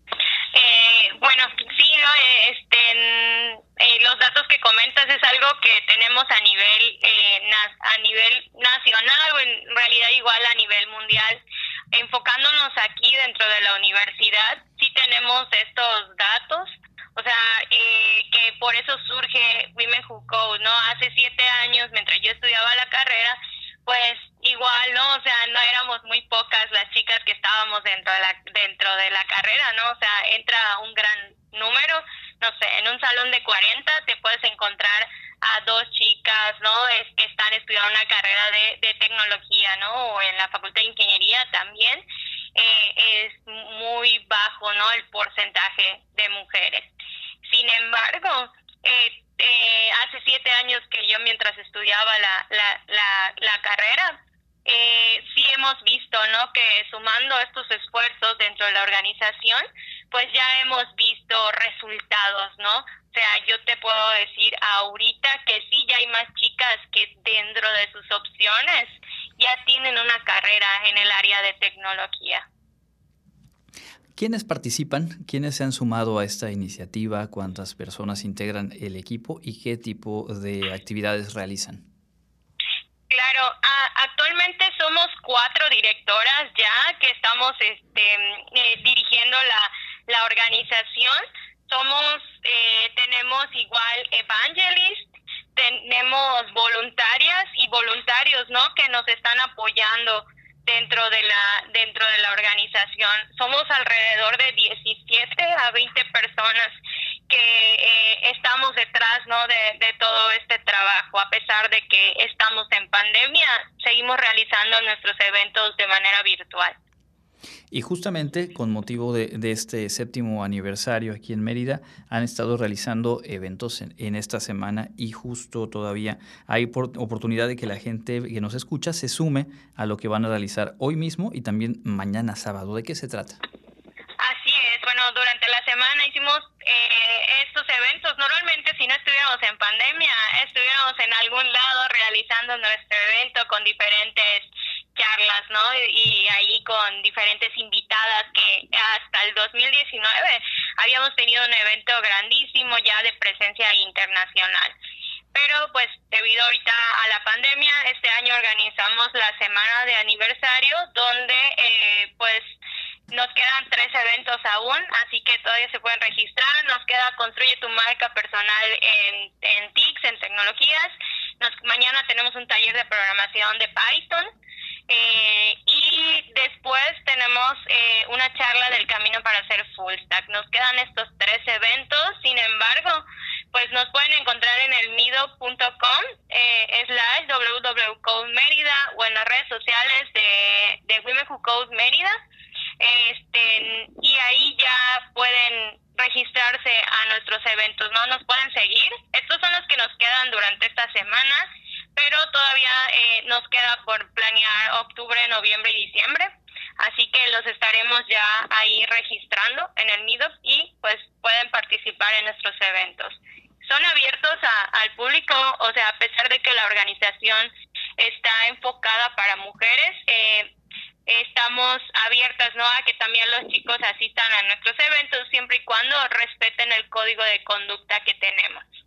Eh, bueno, sí, ¿no? este, eh, los datos que comentas es algo que tenemos a nivel, eh, na, a nivel nacional o en realidad igual a nivel mundial. Enfocándonos aquí dentro de la universidad, sí tenemos estos datos, o sea, eh, que por eso surge Women Who Code, ¿no? Hace siete años, mientras yo estudiaba la carrera, pues igual, ¿no? O sea, no éramos muy pocas las chicas que estábamos dentro de la, dentro de la carrera, ¿no? O sea, entra un gran número, no sé, en un salón de cuarenta te puedes encontrar a dos chicas, ¿no? Es que están estudiando una carrera de, de tecnología, ¿no? O en la Facultad de Ingeniería también. Eh, es muy bajo, ¿no? El porcentaje de mujeres. Sin embargo, eh, eh, hace siete años que yo mientras estudiaba la, la, la, la carrera, eh, sí hemos visto, ¿no? Que sumando estos esfuerzos dentro de la organización, pues ya hemos visto resultados, ¿no? O sea, yo te puedo decir ahorita que sí, ya hay más chicas que dentro de sus opciones ya tienen una carrera en el área de tecnología. ¿Quiénes participan? ¿Quiénes se han sumado a esta iniciativa? ¿Cuántas personas integran el equipo? ¿Y qué tipo de actividades realizan? Claro, a, actualmente somos cuatro directoras ya que estamos este, eh, dirigiendo la, la organización. Somos, eh, tenemos igual evangelists, tenemos voluntarias y voluntarios, ¿no? Que nos están apoyando dentro de la dentro de la organización. Somos alrededor de diecisiete a veinte personas que eh, estamos detrás, ¿no? De, de todo este trabajo. A pesar de que estamos en pandemia, seguimos realizando nuestros eventos de manera virtual. Y justamente con motivo de, de este séptimo aniversario aquí en Mérida, han estado realizando eventos en, en esta semana y justo todavía hay por, oportunidad de que la gente que nos escucha se sume a lo que van a realizar hoy mismo y también mañana sábado. ¿De qué se trata? Así es, bueno, durante la semana hicimos eh, estos eventos. Normalmente si no estuviéramos en pandemia, estuviéramos en algún lado realizando nuestro evento con diferentes charlas, ¿no? Y ahí con diferentes invitadas que hasta el dos mil diecinueve habíamos tenido un evento grandísimo ya de presencia internacional. Pero pues debido ahorita a la pandemia, este año organizamos la semana de aniversario donde eh, pues nos quedan tres eventos aún, así que todavía se pueden registrar. Nos queda Construye tu marca personal en, en T I C, en tecnologías. Nos, mañana tenemos un taller de programación de Python. Eh, y después tenemos eh, una charla del camino para hacer full stack. Nos quedan estos tres eventos. Sin embargo, pues nos pueden encontrar en el meetup punto com eh, slash www Mérida o en las redes sociales de, de Women Who Code Mérida. Este, y ahí ya pueden registrarse a nuestros eventos, ¿no? Nos pueden seguir. Estos son los que nos quedan durante esta semana, pero todavía eh, nos queda por planear octubre, noviembre y diciembre. Así que los estaremos ya ahí registrando en el Meetup y pues pueden participar en nuestros eventos. Son abiertos a, al público, o sea, a pesar de que la organización está enfocada para mujeres, eh, estamos abiertas, ¿no? A que también los chicos asistan a nuestros eventos siempre y cuando respeten el código de conducta que tenemos.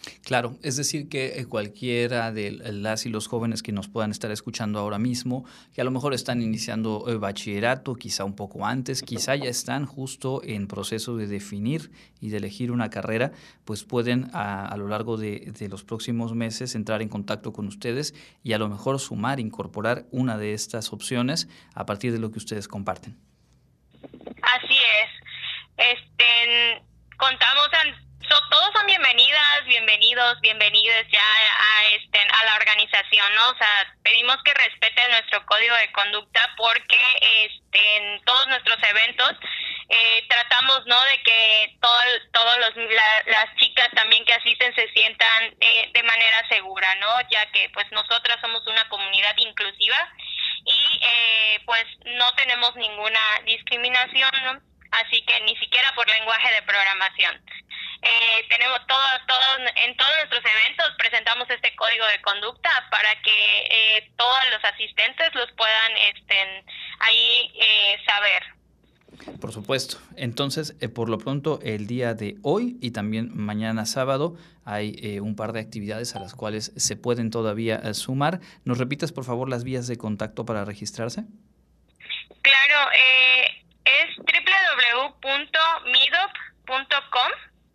Claro, es decir que cualquiera de las y los jóvenes que nos puedan estar escuchando ahora mismo, que a lo mejor están iniciando el bachillerato, quizá un poco antes, quizá ya están justo en proceso de definir y de elegir una carrera, pues pueden a, a lo largo de, de los próximos meses entrar en contacto con ustedes y a lo mejor sumar, incorporar una de estas opciones a partir de lo que ustedes comparten. Así es. Este, contamos en So, todos son bienvenidas, bienvenidos, bienvenidas ya a este a la organización, ¿no? O sea, pedimos que respeten nuestro código de conducta porque este en todos nuestros eventos eh, tratamos, ¿no?, de que todo, todos los la, las chicas también que asisten se sientan eh, de manera segura, ¿no? Ya que pues nosotras somos una comunidad inclusiva y eh, pues no tenemos ninguna discriminación, ¿no? Así que ni siquiera por lenguaje de programación. Eh, tenemos todo, todo, en todos nuestros eventos presentamos este código de conducta para que eh, todos los asistentes los puedan este, ahí eh, saber. Por supuesto. Entonces, eh, por lo pronto, el día de hoy y también mañana sábado hay eh, un par de actividades a las cuales se pueden todavía eh, sumar. ¿Nos repites, por favor, las vías de contacto para registrarse? Claro, eh, es doble u doble u doble u punto meetup punto com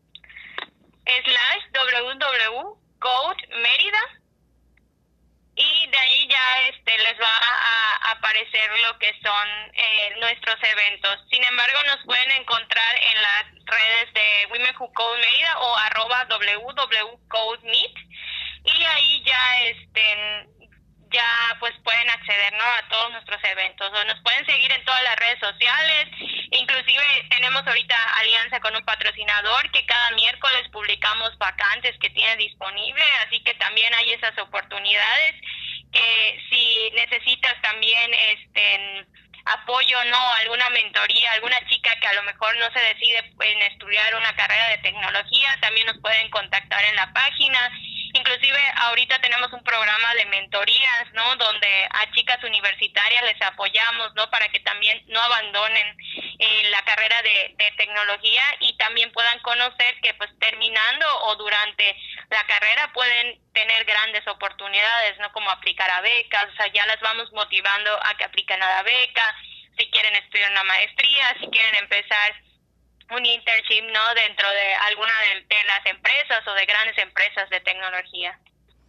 slash www code Mérida y de ahí ya este les va a, a aparecer lo que son eh, nuestros eventos. Sin embargo, nos pueden encontrar en las redes de Women Who Code Mérida o arroba www.code.meet y ahí ya este ya pues pueden acceder, ¿no?, a todos nuestros eventos, o nos pueden seguir en todas las redes sociales. Inclusive tenemos ahorita alianza con un patrocinador que cada miércoles publicamos vacantes que tiene disponible, así que también hay esas oportunidades que si necesitas también este apoyo, no, alguna mentoría, alguna chica que a lo mejor no se decide en estudiar una carrera de tecnología, también nos pueden contactar en la página. Inclusive ahorita tenemos un programa de mentorías, ¿no?, donde a chicas universitarias les apoyamos, ¿no?, para que también no abandonen eh, la carrera de, de tecnología y también puedan conocer que pues terminando o durante la carrera pueden tener grandes oportunidades, ¿no?, como aplicar a becas. O sea, ya las vamos motivando a que apliquen a la beca, si quieren estudiar una maestría, si quieren empezar un internship, ¿no?, dentro de alguna de, de las empresas o de grandes empresas de tecnología.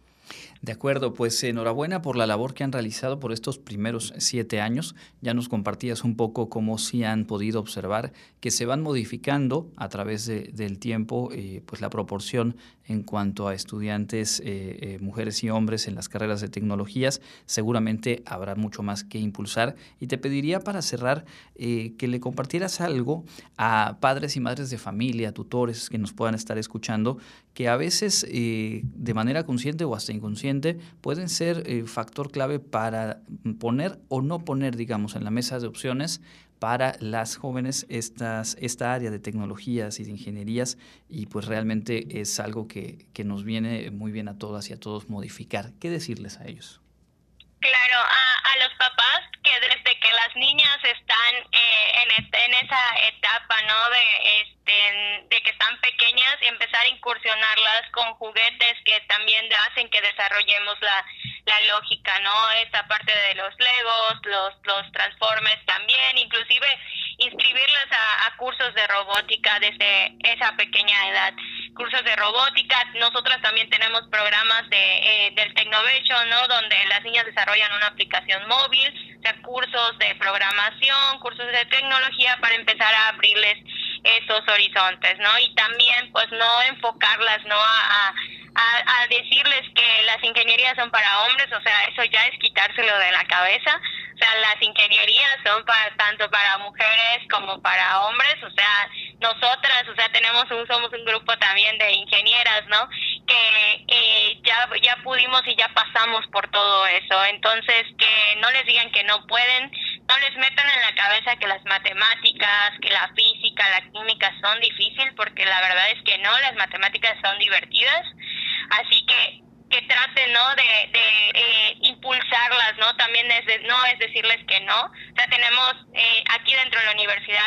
De acuerdo, pues enhorabuena por la labor que han realizado por estos primeros siete años. Ya nos compartías un poco cómo sí han podido observar que se van modificando a través de, del tiempo eh, pues la proporción en cuanto a estudiantes, eh, eh, mujeres y hombres en las carreras de tecnologías. Seguramente habrá mucho más que impulsar y te pediría para cerrar eh, que le compartieras algo a padres y madres de familia, tutores que nos puedan estar escuchando, que a veces eh, de manera consciente o hasta inconsciente pueden ser eh, factor clave para poner o no poner, digamos, en la mesa de opciones para las jóvenes estas, esta área de tecnologías y de ingenierías, y pues realmente es algo que, que nos viene muy bien a todas y a todos modificar. ¿Qué decirles a ellos? Claro, a, a los papás que desde que las niñas están eh, en, este, en esa etapa, ¿no?, de este de que están pequeñas, empezar a incursionarlas con juguetes que también hacen que desarrollemos la, la lógica, ¿no? Esta parte de los Legos, los, los Transformers también, inclusive inscribirlas a, a cursos de robótica desde esa pequeña edad. Cursos de robótica, nosotras también tenemos programas de eh, del Technovation, ¿no?, donde las niñas desarrollan una aplicación móvil, o sea, cursos de programación, cursos de tecnología para empezar a abrirles esos horizontes, ¿no? Y también, pues, no enfocarlas, ¿no?, a, a, a decirles que las ingenierías son para hombres, o sea, eso ya es quitárselo de la cabeza. O sea, las ingenierías son para tanto para mujeres como para hombres, o sea, nosotras, o sea, tenemos un, somos un grupo también de ingenieras, ¿no?, que eh, ya, ya pudimos y ya pasamos por todo eso. Entonces, que no les digan que no pueden, no les metan en la cabeza que las matemáticas, que la física, la química son difíciles, porque la verdad es que no, las matemáticas son divertidas. Así que que traten, ¿no?, de, de eh, impulsarlas, ¿no? También es de, no es decirles que no. O sea, tenemos eh, aquí dentro de la universidad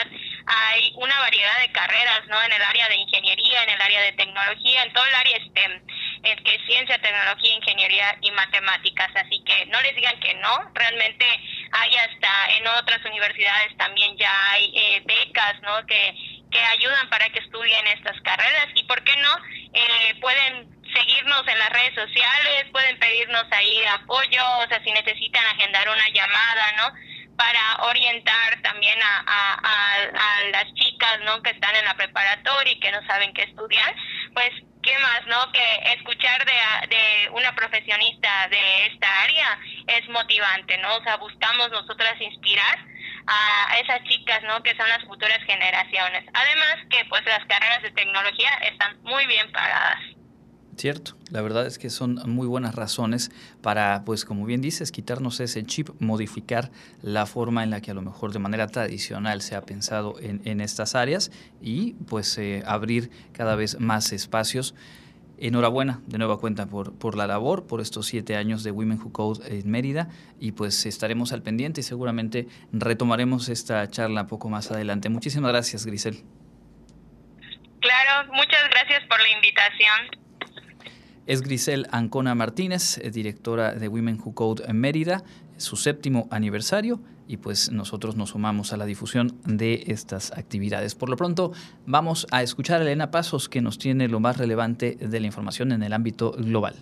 hay una variedad de carreras, ¿no? En el área de ingeniería, en el área de tecnología, en todo el área STEM, es que es ciencia, tecnología, ingeniería y matemáticas. Así que no les digan que no, realmente hay hasta en otras universidades también ya hay eh, becas, ¿no? Que, que ayudan para que estudien estas carreras, y por qué no, eh, pueden seguirnos en las redes sociales, pueden pedirnos ahí apoyo, o sea, si necesitan agendar una llamada, ¿no? Para orientar también a, a, a, a las chicas, ¿no? Que están en la preparatoria y que no saben qué estudiar, pues qué más, ¿no? Que escuchar de, de una profesionista de esta área es motivante, ¿no? O sea, buscamos nosotras inspirar a esas chicas, ¿no? Que son las futuras generaciones. Además que pues las carreras de tecnología están muy bien pagadas. Cierto, la verdad es que son muy buenas razones para, pues como bien dices, quitarnos ese chip, modificar la forma en la que a lo mejor de manera tradicional se ha pensado en, en estas áreas y pues eh, abrir cada vez más espacios. Enhorabuena de nueva cuenta por, por la labor, por estos siete años de Women Who Code en Mérida, y pues estaremos al pendiente y seguramente retomaremos esta charla poco más adelante. Muchísimas gracias, Grisel. Claro, muchas gracias por la invitación. Es Grisel Ancona Martínez, directora de Women Who Code en Mérida, su séptimo aniversario, y pues nosotros nos sumamos a la difusión de estas actividades. Por lo pronto, vamos a escuchar a Elena Pasos, que nos tiene lo más relevante de la información en el ámbito global.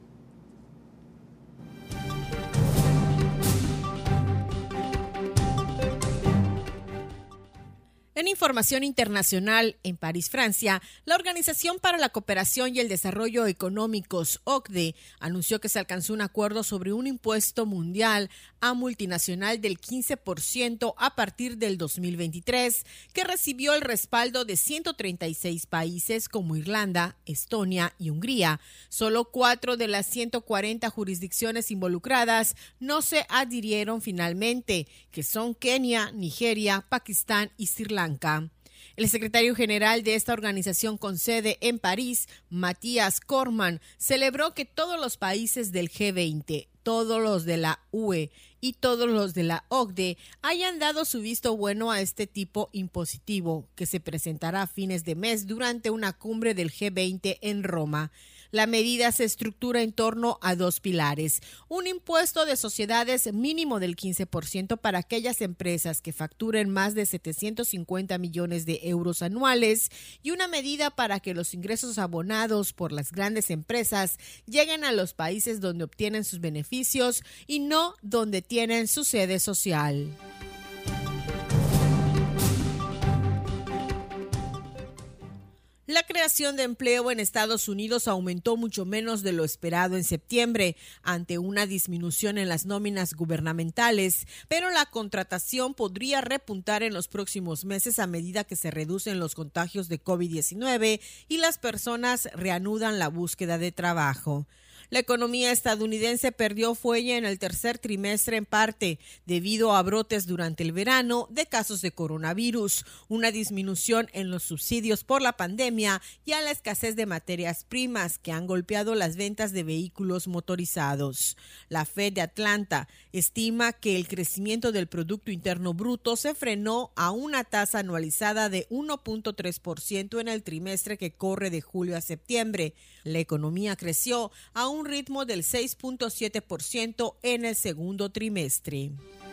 En información internacional, en París, Francia, la Organización para la Cooperación y el Desarrollo Económicos, O C D E, anunció que se alcanzó un acuerdo sobre un impuesto mundial a multinacional del quince por ciento a partir del dos mil veintitrés, que recibió el respaldo de ciento treinta y seis países como Irlanda, Estonia y Hungría. Solo cuatro de las ciento cuarenta jurisdicciones involucradas no se adhirieron finalmente, que son Kenia, Nigeria, Pakistán y Sri Lanka. El secretario general de esta organización con sede en París, Matías Corman, celebró que todos los países del G veinte, todos los de la U E y todos los de la O C D E hayan dado su visto bueno a este tipo impositivo, que se presentará a fines de mes durante una cumbre del G veinte en Roma. La medida se estructura en torno a dos pilares: un impuesto de sociedades mínimo del quince por ciento para aquellas empresas que facturen más de setecientos cincuenta millones de euros anuales, y una medida para que los ingresos abonados por las grandes empresas lleguen a los países donde obtienen sus beneficios y no donde tienen su sede social. La creación de empleo en Estados Unidos aumentó mucho menos de lo esperado en septiembre, ante una disminución en las nóminas gubernamentales, pero la contratación podría repuntar en los próximos meses a medida que se reducen los contagios de COVID diecinueve y las personas reanudan la búsqueda de trabajo. La economía estadounidense perdió fuelle en el tercer trimestre en parte debido a brotes durante el verano de casos de coronavirus, una disminución en los subsidios por la pandemia y a la escasez de materias primas que han golpeado las ventas de vehículos motorizados. La Fed de Atlanta estima que el crecimiento del Producto Interno Bruto se frenó a una tasa anualizada de uno punto tres por ciento en el trimestre que corre de julio a septiembre. La economía creció a un ritmo del seis punto siete por ciento en el segundo trimestre.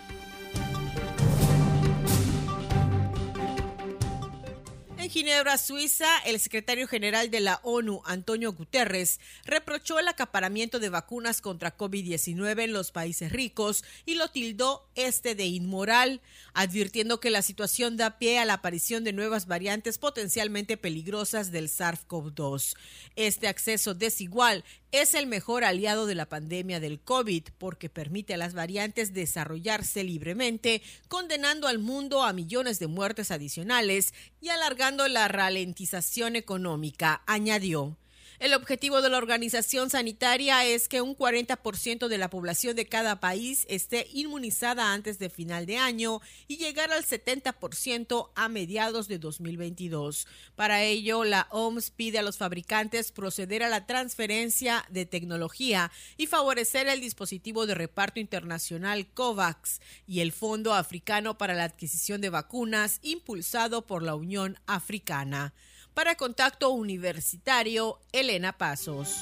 En Ginebra, Suiza, el secretario general de la ONU, Antonio Guterres, reprochó el acaparamiento de vacunas contra COVID diecinueve en los países ricos y lo tildó este de inmoral, advirtiendo que la situación da pie a la aparición de nuevas variantes potencialmente peligrosas del SARS-CoV dos. Este acceso desigual es el mejor aliado de la pandemia del COVID porque permite a las variantes desarrollarse libremente, condenando al mundo a millones de muertes adicionales y alargando la ralentización económica, añadió. El objetivo de la organización sanitaria es que un cuarenta por ciento de la población de cada país esté inmunizada antes de final de año y llegar al setenta por ciento a mediados de dos mil veintidós. Para ello, la O M S pide a los fabricantes proceder a la transferencia de tecnología y favorecer el dispositivo de reparto internacional COVAX y el Fondo Africano para la Adquisición de Vacunas impulsado por la Unión Africana. Para Contacto Universitario, Elena Pasos.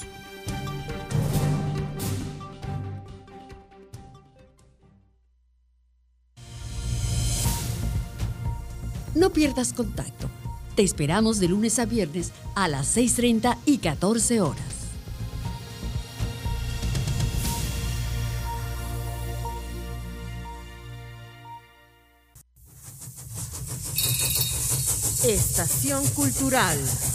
No pierdas contacto. Te esperamos de lunes a viernes a las seis treinta y catorce horas. Estación Cultural.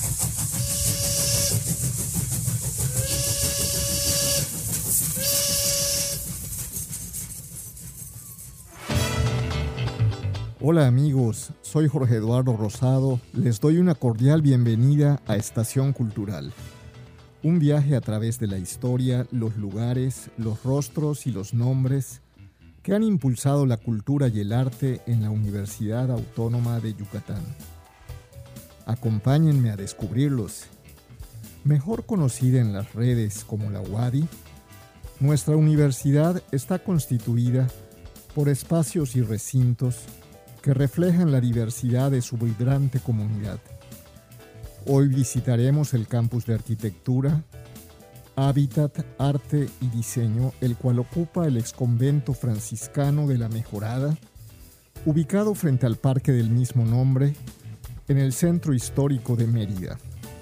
Hola amigos, soy Jorge Eduardo Rosado. Les doy una cordial bienvenida a Estación Cultural. Un viaje a través de la historia, los lugares, los rostros y los nombres que han impulsado la cultura y el arte en la Universidad Autónoma de Yucatán. Acompáñenme a descubrirlos. Mejor conocida en las redes como la U A D I, nuestra universidad está constituida por espacios y recintos que reflejan la diversidad de su vibrante comunidad. Hoy visitaremos el campus de arquitectura, hábitat, arte y diseño, el cual ocupa el exconvento franciscano de la Mejorada, ubicado frente al parque del mismo nombre, en el centro histórico de Mérida.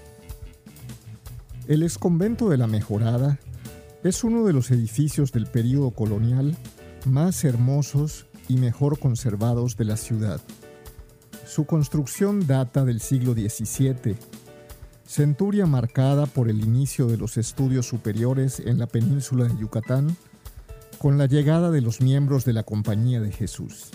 El exconvento de la Mejorada es uno de los edificios del período colonial más hermosos y mejor conservados de la ciudad. Su construcción data del siglo diecisiete, centuria marcada por el inicio de los estudios superiores en la península de Yucatán, con la llegada de los miembros de la Compañía de Jesús.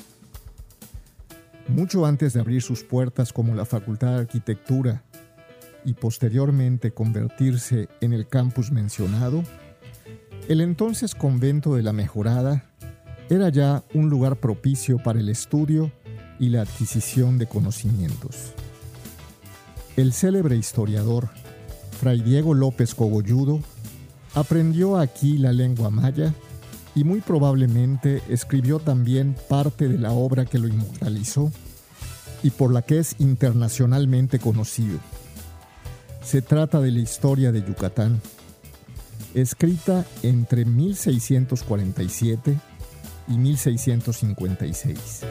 Mucho antes de abrir sus puertas como la Facultad de Arquitectura y posteriormente convertirse en el campus mencionado, el entonces convento de la Mejorada era ya un lugar propicio para el estudio y la adquisición de conocimientos. El célebre historiador Fray Diego López Cogolludo aprendió aquí la lengua maya y muy probablemente escribió también parte de la obra que lo inmortalizó y por la que es internacionalmente conocido. Se trata de la historia de Yucatán, escrita entre mil seiscientos cuarenta y siete y mil seiscientos cincuenta y seis.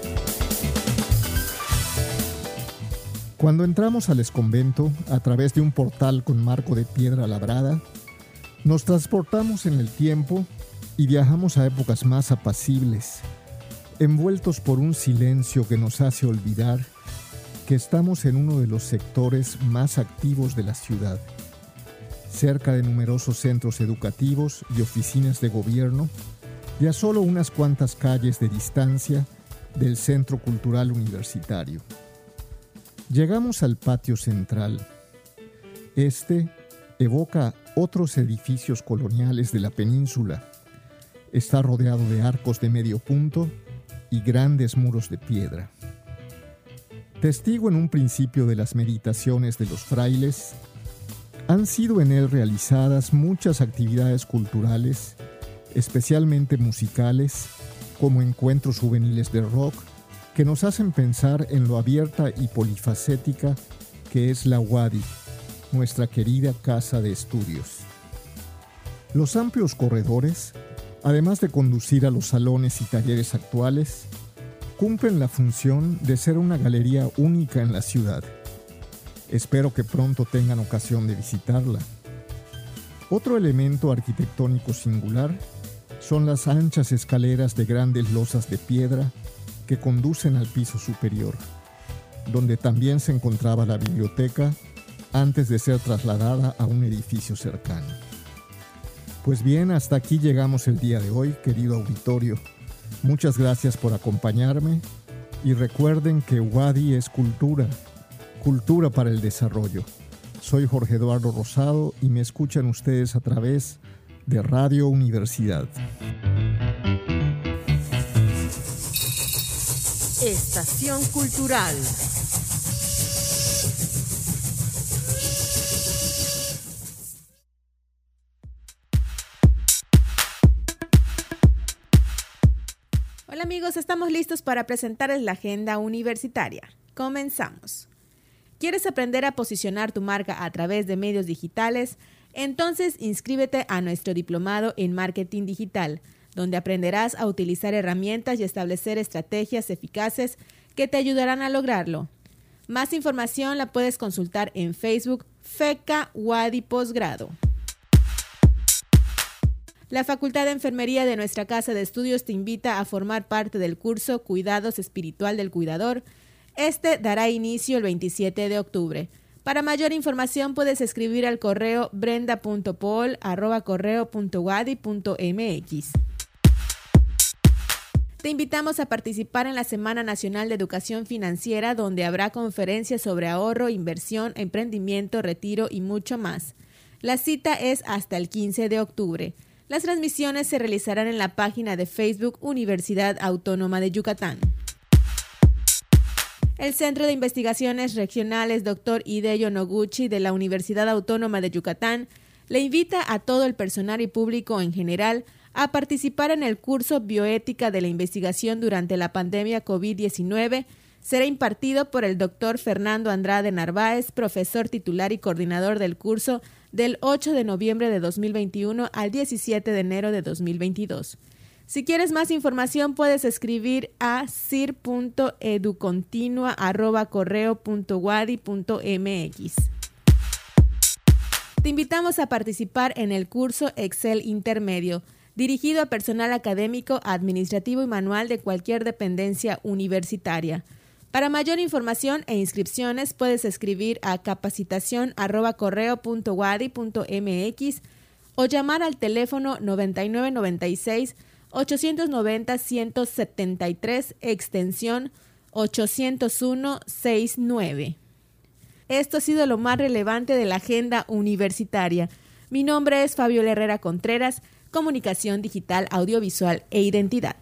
Cuando entramos al exconvento a través de un portal con marco de piedra labrada, nos transportamos en el tiempo y viajamos a épocas más apacibles, envueltos por un silencio que nos hace olvidar que estamos en uno de los sectores más activos de la ciudad, cerca de numerosos centros educativos y oficinas de gobierno, y a solo unas cuantas calles de distancia del Centro Cultural Universitario. Llegamos al patio central. Este evoca otros edificios coloniales de la península. Está rodeado de arcos de medio punto y grandes muros de piedra. Testigo en un principio de las meditaciones de los frailes, han sido en él realizadas muchas actividades culturales, especialmente musicales, como encuentros juveniles de rock, que nos hacen pensar en lo abierta y polifacética que es la U A D I, nuestra querida casa de estudios. Los amplios corredores, además de conducir a los salones y talleres actuales, cumplen la función de ser una galería única en la ciudad. Espero que pronto tengan ocasión de visitarla. Otro elemento arquitectónico singular son las anchas escaleras de grandes losas de piedra que conducen al piso superior, donde también se encontraba la biblioteca antes de ser trasladada a un edificio cercano. Pues bien, hasta aquí llegamos el día de hoy, querido auditorio. Muchas gracias por acompañarme y recuerden que U A D I es cultura, cultura para el desarrollo. Soy Jorge Eduardo Rosado y me escuchan ustedes a través de Radio Universidad. Estación Cultural. Hola amigos, estamos listos para presentarles la agenda universitaria. Comenzamos. ¿Quieres aprender a posicionar tu marca a través de medios digitales? Entonces inscríbete a nuestro diplomado en marketing digital, donde aprenderás a utilizar herramientas y establecer estrategias eficaces que te ayudarán a lograrlo. Más información la puedes consultar en Facebook FECA Wadi Posgrado. La Facultad de Enfermería de nuestra Casa de Estudios te invita a formar parte del curso Cuidados Espiritual del Cuidador. Este dará inicio el veintisiete de octubre. Para mayor información puedes escribir al correo brenda punto pol arroba correo punto wadi punto mx. Te invitamos a participar en la Semana Nacional de Educación Financiera, donde habrá conferencias sobre ahorro, inversión, emprendimiento, retiro y mucho más. La cita es hasta el quince de octubre. Las transmisiones se realizarán en la página de Facebook Universidad Autónoma de Yucatán. El Centro de Investigaciones Regionales doctor Hideo Noguchi de la Universidad Autónoma de Yucatán le invita a todo el personal y público en general a participar en el curso Bioética de la Investigación durante la pandemia COVID diecinueve. Será impartido por el doctor Fernando Andrade Narváez, profesor titular y coordinador del curso del ocho de noviembre de dos mil veintiuno al diecisiete de enero de dos mil veintidós. Si quieres más información, puedes escribir a cir punto educontinua arroba correo punto wadi punto mx. Te invitamos a participar en el curso Excel Intermedio, dirigido a personal académico, administrativo y manual de cualquier dependencia universitaria. Para mayor información e inscripciones puedes escribir a capacitación arroba correo punto wadi punto mx o llamar al teléfono noventa y nueve noventa y seis ochocientos noventa ciento setenta y tres extensión ochocientos uno sesenta y nueve. Esto ha sido lo más relevante de la agenda universitaria. Mi nombre es Fabiola Herrera Contreras, Comunicación Digital, Audiovisual e Identidad.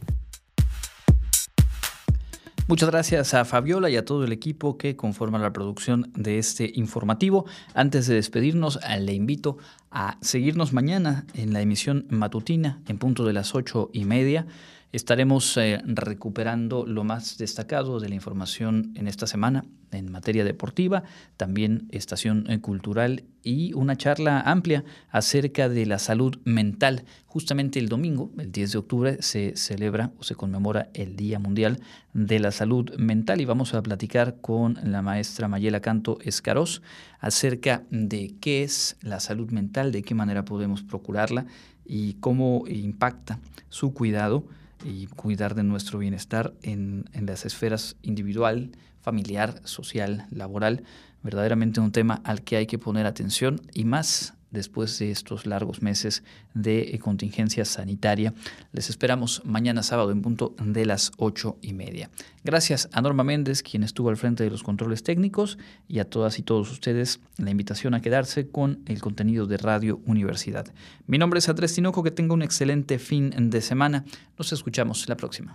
Muchas gracias a Fabiola y a todo el equipo que conforma la producción de este informativo. Antes de despedirnos, le invito a seguirnos mañana en la emisión matutina en punto de las ocho y media. Estaremos eh, recuperando lo más destacado de la información en esta semana en materia deportiva, también estación cultural y una charla amplia acerca de la salud mental. Justamente el domingo, el diez de octubre, se celebra o se conmemora el Día Mundial de la Salud Mental y vamos a platicar con la maestra Mayela Canto Escaroz acerca de qué es la salud mental, de qué manera podemos procurarla y cómo impacta su cuidado y cuidar de nuestro bienestar en, en las esferas individual, familiar, social, laboral. Verdaderamente un tema al que hay que poner atención y más después de estos largos meses de contingencia sanitaria. Les esperamos mañana sábado en punto de las ocho y media. Gracias a Norma Méndez, quien estuvo al frente de los controles técnicos, y a todas y todos ustedes la invitación a quedarse con el contenido de Radio Universidad. Mi nombre es Andrés Tinoco, que tenga un excelente fin de semana. Nos escuchamos la próxima.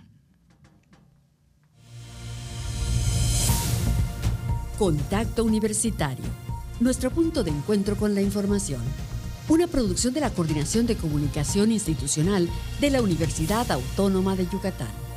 Contacto Universitario, nuestro punto de encuentro con la información. Una producción de la Coordinación de Comunicación Institucional de la Universidad Autónoma de Yucatán.